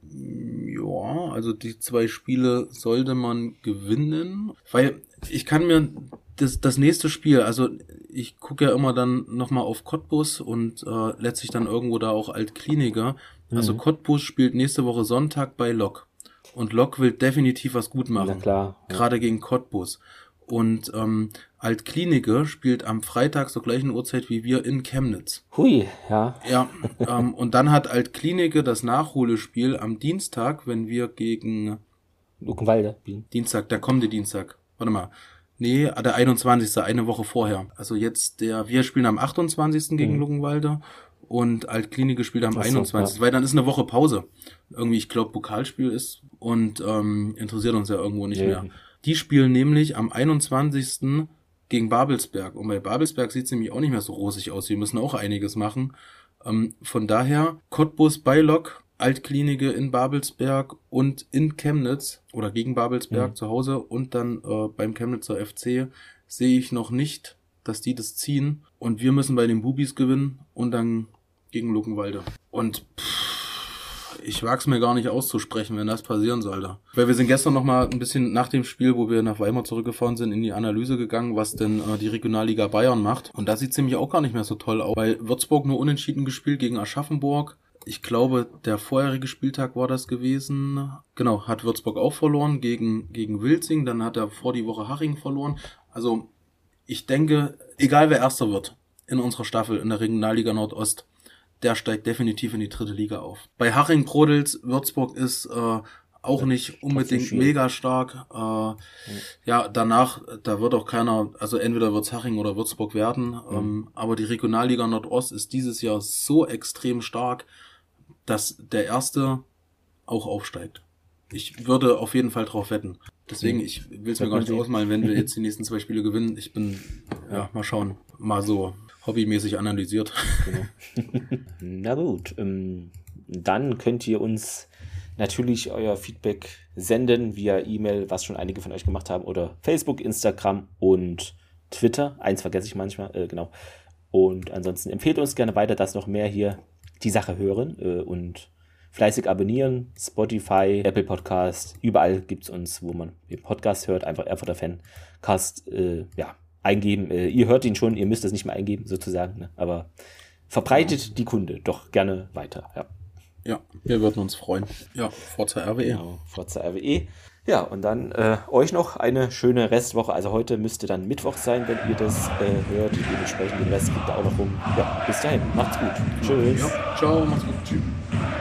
Ja, also die zwei Spiele sollte man gewinnen, weil ich kann mir das, das nächste Spiel, also ich gucke ja immer dann nochmal auf Cottbus und äh, letztlich dann irgendwo da auch Altkliniker. Also mhm. Cottbus spielt nächste Woche Sonntag bei Lok. Und Lok will definitiv was gut machen. Na klar. Ja. Gerade gegen Cottbus. Und ähm, Altklinike spielt am Freitag zur gleichen Uhrzeit wie wir in Chemnitz. Hui, ja. Ja, ähm, und dann hat Altklinike das Nachholespiel am Dienstag, wenn wir gegen Luckenwalde spielen. Dienstag, der kommende Dienstag. Warte mal. Nee, der einundzwanzigste, eine Woche vorher. Also jetzt der, wir spielen am achtundzwanzigsten gegen mhm. Luckenwalde. Und Altklinike spielt am so, einundzwanzigsten Ja. Weil dann ist eine Woche Pause. Irgendwie, ich glaube, Pokalspiel ist und ähm, interessiert uns ja irgendwo nicht nee. mehr. Die spielen nämlich am einundzwanzigsten gegen Babelsberg. Und bei Babelsberg sieht es nämlich auch nicht mehr so rosig aus. Wir müssen auch einiges machen. Ähm, von daher, Cottbus bei Lok, Altklinike in Babelsberg und in Chemnitz oder gegen Babelsberg mhm. zu Hause und dann äh, beim Chemnitzer F C sehe ich noch nicht, dass die das ziehen. Und wir müssen bei den Bubis gewinnen und dann gegen Luckenwalde. Und pff, ich wag's mir gar nicht auszusprechen, wenn das passieren sollte. Weil wir sind gestern noch mal ein bisschen nach dem Spiel, wo wir nach Weimar zurückgefahren sind, in die Analyse gegangen, was denn äh, die Regionalliga Bayern macht. Und da sieht's nämlich auch gar nicht mehr so toll aus. Weil Würzburg nur unentschieden gespielt gegen Aschaffenburg. Ich glaube, der vorherige Spieltag war das gewesen. Genau, hat Würzburg auch verloren gegen gegen Wilzing. Dann hat er vor die Woche Haching verloren. Also ich denke, egal wer Erster wird in unserer Staffel in der Regionalliga Nordost, der steigt definitiv in die dritte Liga auf. Bei Haching Brodels, Würzburg ist äh, auch ja, nicht unbedingt mega stark. Äh, ja. ja, danach, da wird auch keiner, also entweder wird's Haching oder Würzburg werden. Mhm. Ähm, aber die Regionalliga Nordost ist dieses Jahr so extrem stark, dass der Erste auch aufsteigt. Ich würde auf jeden Fall drauf wetten. Deswegen, ich will es mir gar nicht ausmalen, wenn wir jetzt die nächsten zwei Spiele gewinnen. Ich bin, ja, mal schauen, mal so hobbymäßig analysiert. Genau. Na gut, ähm, dann könnt ihr uns natürlich euer Feedback senden via E-Mail, was schon einige von euch gemacht haben, oder Facebook, Instagram und Twitter. Eins vergesse ich manchmal, äh, genau. Und ansonsten empfehlt uns gerne weiter, dass noch mehr hier die Sache hören äh, und fleißig abonnieren. Spotify, Apple Podcast, überall gibt es uns, wo man den Podcast hört. Einfach Erfurter Fancast äh, ja, eingeben. Äh, ihr hört ihn schon, ihr müsst es nicht mehr eingeben, sozusagen. Ne? Aber verbreitet ja. die Kunde doch gerne weiter. Ja, ja wir würden uns freuen. Ja, Forza R W E. Genau, Forza R W E. Ja, und dann äh, euch noch eine schöne Restwoche. Also heute müsste dann Mittwoch sein, wenn ihr das äh, hört. Dementsprechend den Rest kriegt ihr auch noch rum. Ja, bis dahin. Macht's gut. Tschüss. Ja, ciao, macht's gut. Tschüss.